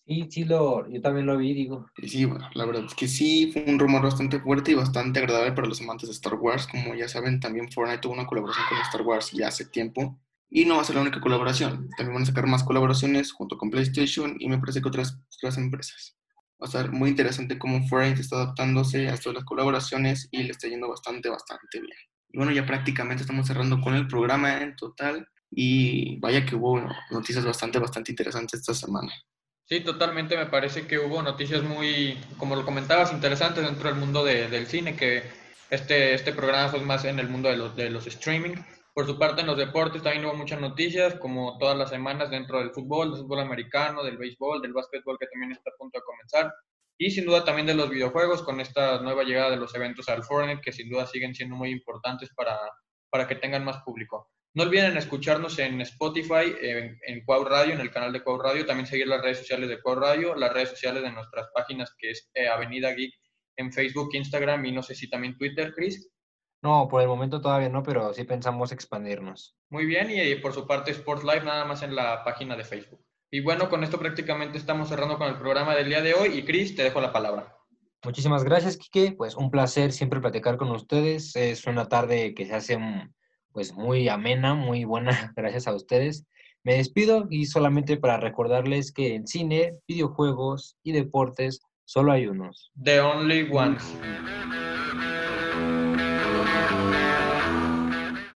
Sí, sí, lo, yo también lo vi, digo. Y sí, bueno, la verdad es que sí, fue un rumor bastante fuerte y bastante agradable para los amantes de Star Wars. Como ya saben, también Fortnite tuvo una colaboración con Star Wars ya hace tiempo. Y no va a ser la única colaboración. También van a sacar más colaboraciones junto con PlayStation y me parece que otras, otras empresas. Va a ser muy interesante cómo Fortnite está adaptándose a todas las colaboraciones y le está yendo bastante, bastante bien. Y bueno, ya prácticamente estamos cerrando con el programa en total. Y vaya que hubo noticias bastante, bastante interesantes esta semana. Sí, totalmente. Me parece que hubo noticias muy, como lo comentabas, interesantes dentro del mundo de, del cine, que este, este programa fue más en el mundo de los, de los streaming. Por su parte, en los deportes también hubo muchas noticias, como todas las semanas dentro del fútbol, del fútbol americano, del béisbol, del básquetbol, que también está a punto de comenzar. Y sin duda también de los videojuegos, con esta nueva llegada de los eventos al Fortnite, que sin duda siguen siendo muy importantes para, para que tengan más público. No olviden escucharnos en Spotify, en, en Cuau Radio, en el canal de Cuau Radio, también seguir las redes sociales de Cuau Radio, las redes sociales de nuestras páginas que es eh, Avenida Geek en Facebook, Instagram y no sé si también Twitter, Chris. No, por el momento todavía no, pero sí pensamos expandirnos. Muy bien, y, y por su parte Sports Live nada más en la página de Facebook. Y bueno, con esto prácticamente estamos cerrando con el programa del día de hoy y Chris, te dejo la palabra. Muchísimas gracias, Quique. Pues un placer siempre platicar con ustedes. Es una tarde que se hace pues muy amena, muy buena, gracias a ustedes. Me despido y solamente para recordarles que en cine, videojuegos y deportes solo hay unos. The Only Ones.